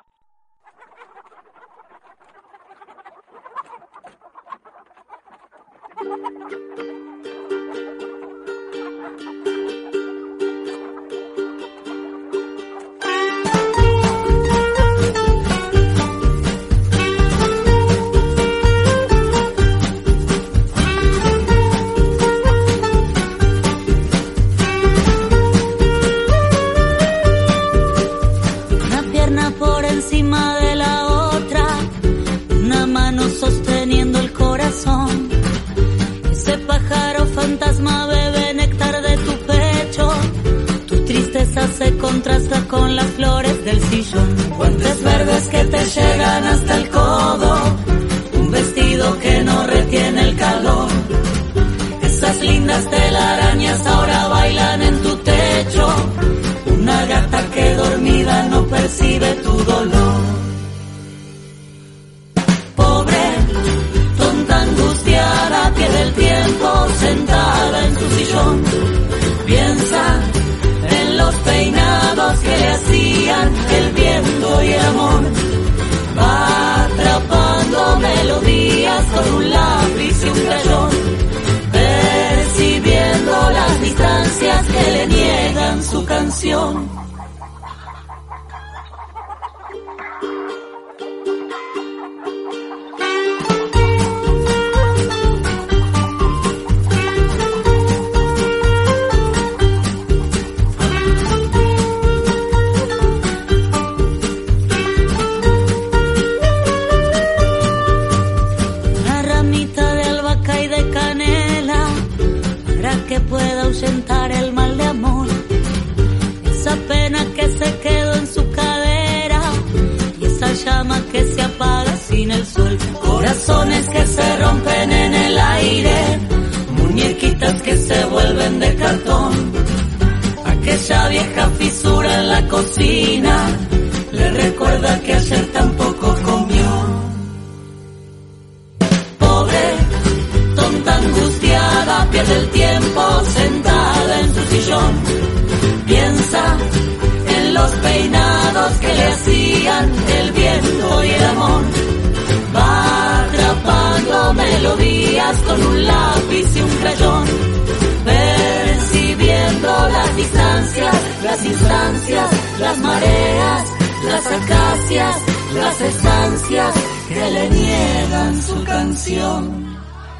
Encima de la otra, una mano sosteniendo el corazón, ese pájaro que no retiene el calor. Esas lindas telarañas ahora bailan en tu techo. Una gata que dormida no percibe tu dolor. Pobre, tonta angustiada, pierde el tiempo sentada en su sillón. Piensa en los peinados que le hacían el viento y el amor. Va atrapando melodías con un lápiz y un crayón, percibiendo las distancias que le niegan su canción. Que pueda ahuyentar el mal de amor, esa pena que se quedó en su cadera y esa llama que se apaga sin el sol. Corazones que se rompen en el aire, muñequitas que se vuelven de cartón. Aquella vieja fisura en la cocina le recuerda que ayer tampoco comió. Pierde el tiempo sentada en su sillón. Piensa en los peinados que le hacían el viento y el amor. Va atrapando melodías con un lápiz y un crayón, percibiendo las distancias, las instancias, las mareas, las acacias, las estancias que le niegan su canción.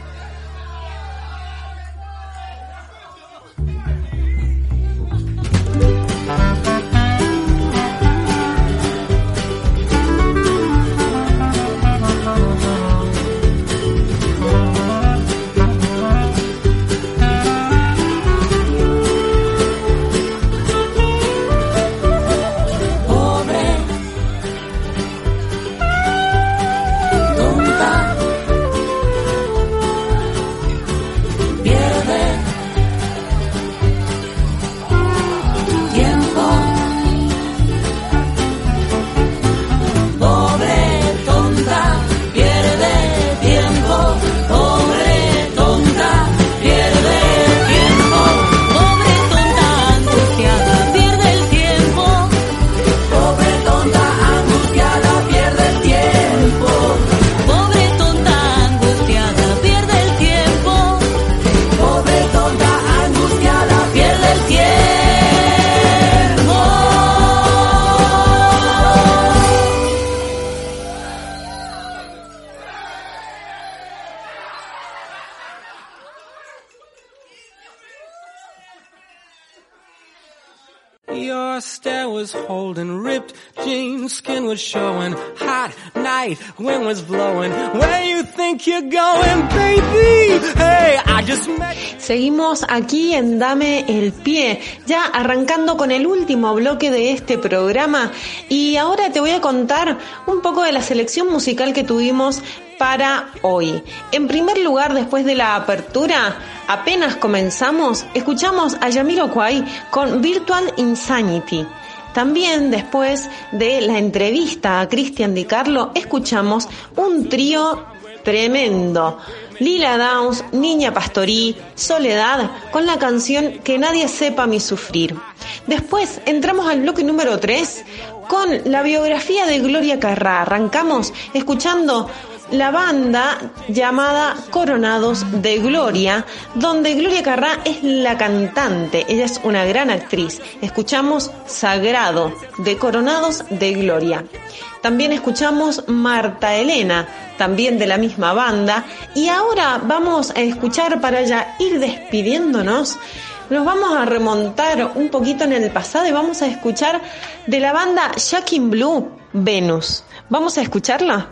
Your stare was holding, ripped jeans, skin was showing, hot night, wind was blowing. Where you think you're going, baby? Hey, I just met... Seguimos aquí en Dame el Pie, ya arrancando con el último bloque de este programa, y ahora te voy a contar un poco de la selección musical que tuvimos para hoy. En primer lugar, después de la apertura, apenas comenzamos, escuchamos a Jamiroquai con Virtual Insanity. También después de la entrevista a Cristian Di Carlo, escuchamos un trío tremendo. Lila Downs, Niña Pastorí, Soledad, con la canción Que Nadie Sepa Mi Sufrir. Después entramos al bloque número tres con la biografía de Gloria Carrá. Arrancamos escuchando la banda llamada Coronados de Gloria, donde Gloria Carrá es la cantante. Ella es una gran actriz. Escuchamos Sagrado, de Coronados de Gloria. También escuchamos Marta Elena, también de la misma banda. Y ahora vamos a escuchar, para ya ir despidiéndonos, nos vamos a remontar un poquito en el pasado y vamos a escuchar de la banda Shocking Blue, Venus. ¿Vamos a escucharla?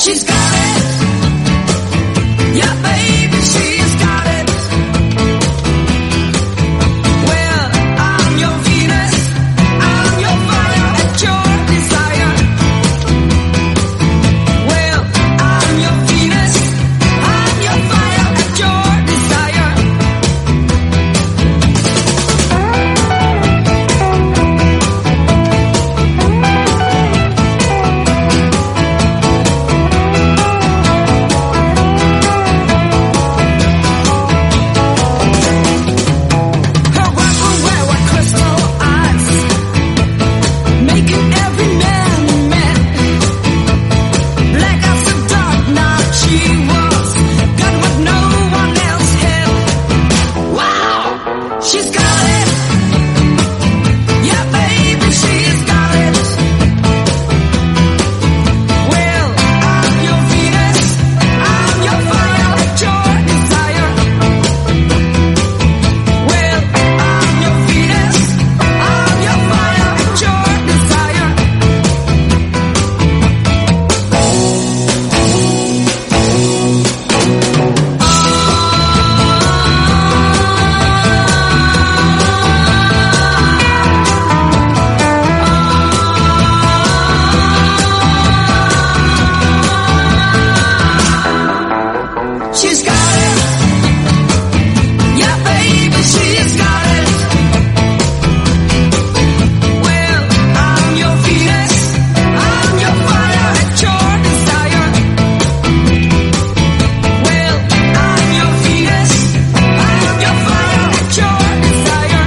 She's got it. Yeah, baby, she's got it. Well, I'm your Venus, I'm your fire, at your desire. Well, I'm your Venus, I'm your fire, at your desire. Her white will wear with crystal eyes, making every man mad. Black as the dark night she was, got what no one else had. Wow, she's got it. Yeah, baby, she's got it. Well, I'm your Venus, I'm your fire, at your desire. Well, I'm your Venus, I'm your fire, at your desire. She's got it. Yeah, baby, she's got it. Well, I'm your Venus, I'm your fire, at your desire. Well, I'm your Venus, I'm your fire, at your desire.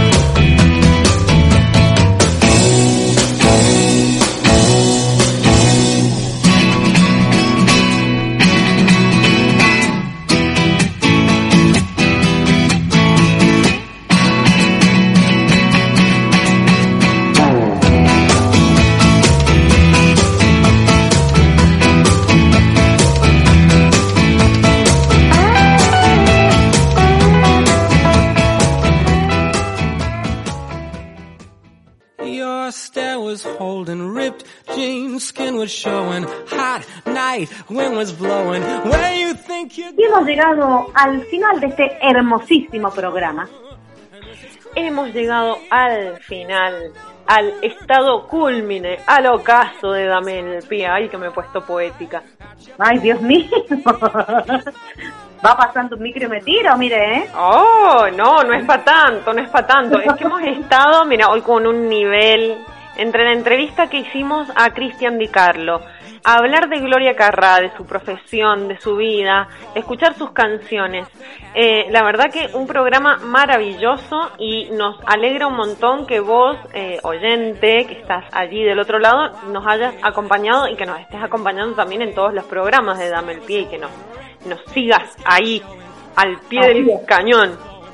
Your stare was holding, ripped jeans, skin was showing, hot night, wind was blowing. Where you think you Y hemos llegado al final de este hermosísimo programa. Hemos llegado al final, al estado cúlmine, al ocaso de Dame el Pie. Ay, que me he puesto poética. Ay, Dios mío. Va pasando un micro y me tiro, mire, ¿eh? Oh, no, no es para tanto, no es para tanto. Es que hemos estado, mira, hoy con un nivel, entre la entrevista que hicimos a Cristian Di Carlo, a hablar de Gloria Carrá, de su profesión, de su vida, escuchar sus canciones. Eh, la verdad que un programa maravilloso y nos alegra un montón que vos, eh, oyente, que estás allí del otro lado, nos hayas acompañado y que nos estés acompañando también en todos los programas de Dame el Pie y que nos, nos sigas ahí, al pie Así del es. cañón.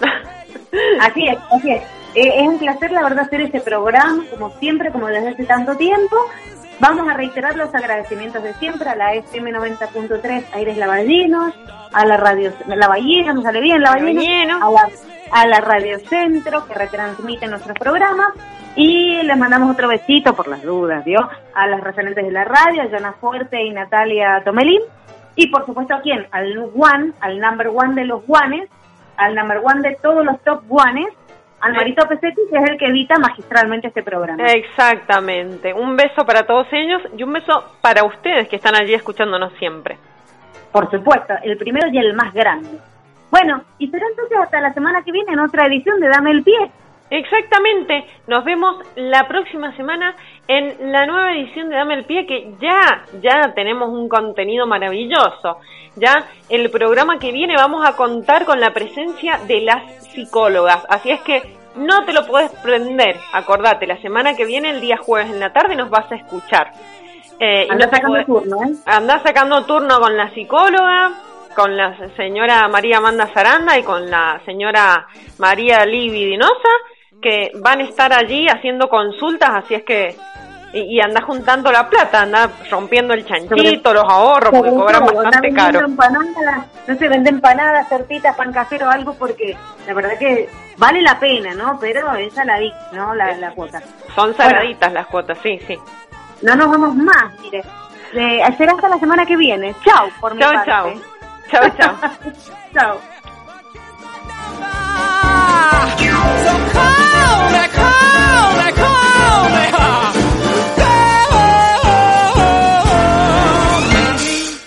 Así es, así es. Eh, es un placer, la verdad, hacer este programa, como siempre, como desde hace tanto tiempo. Vamos a reiterar los agradecimientos de siempre a la F M noventa punto tres Aires Lavallinos, a la radio La Ballena, nos sale bien La Ballena, a la, a la Radio Centro que retransmite nuestros programas, y les mandamos otro besito por las dudas, ¿vio? A las referentes de la radio, a Joana Fuerte y Natalia Tomelín, y por supuesto a quién, al one, al number one de los guanes, al number one de todos los top guanes, al Marito Pesetti, que es el que edita magistralmente este programa. Exactamente. Un beso para todos ellos y un beso para ustedes que están allí escuchándonos siempre. Por supuesto, el primero y el más grande. Bueno, y será entonces hasta la semana que viene en otra edición de Dame el Pie. Exactamente. Nos vemos la próxima semana en la nueva edición de Dame el Pie, que ya, ya tenemos un contenido maravilloso. Ya el programa que viene vamos a contar con la presencia de las psicólogas. Así es que no te lo puedes prender. Acordate, la semana que viene, el día jueves en la tarde, nos vas a escuchar. Eh, Andá y no sacando podés, turno, ¿eh? Andá sacando turno con la psicóloga, con la señora María Amanda Zaranda y con la señora María Livi Dinosa, que van a estar allí haciendo consultas, así es que y, y anda juntando la plata, anda rompiendo el chanchito, los ahorros, porque cobran bastante caro. Empanadas, no se vende empanadas, tortitas, pan casero o algo, porque la verdad que vale la pena, ¿no? Pero es saladita, ¿no? La, la cuota. Son saladitas bueno, las cuotas, sí, sí. No nos vamos más, mire. Eh, será hasta la semana que viene. Chao, por mi chau, parte. Chao, chao. Chao, chao. So cold.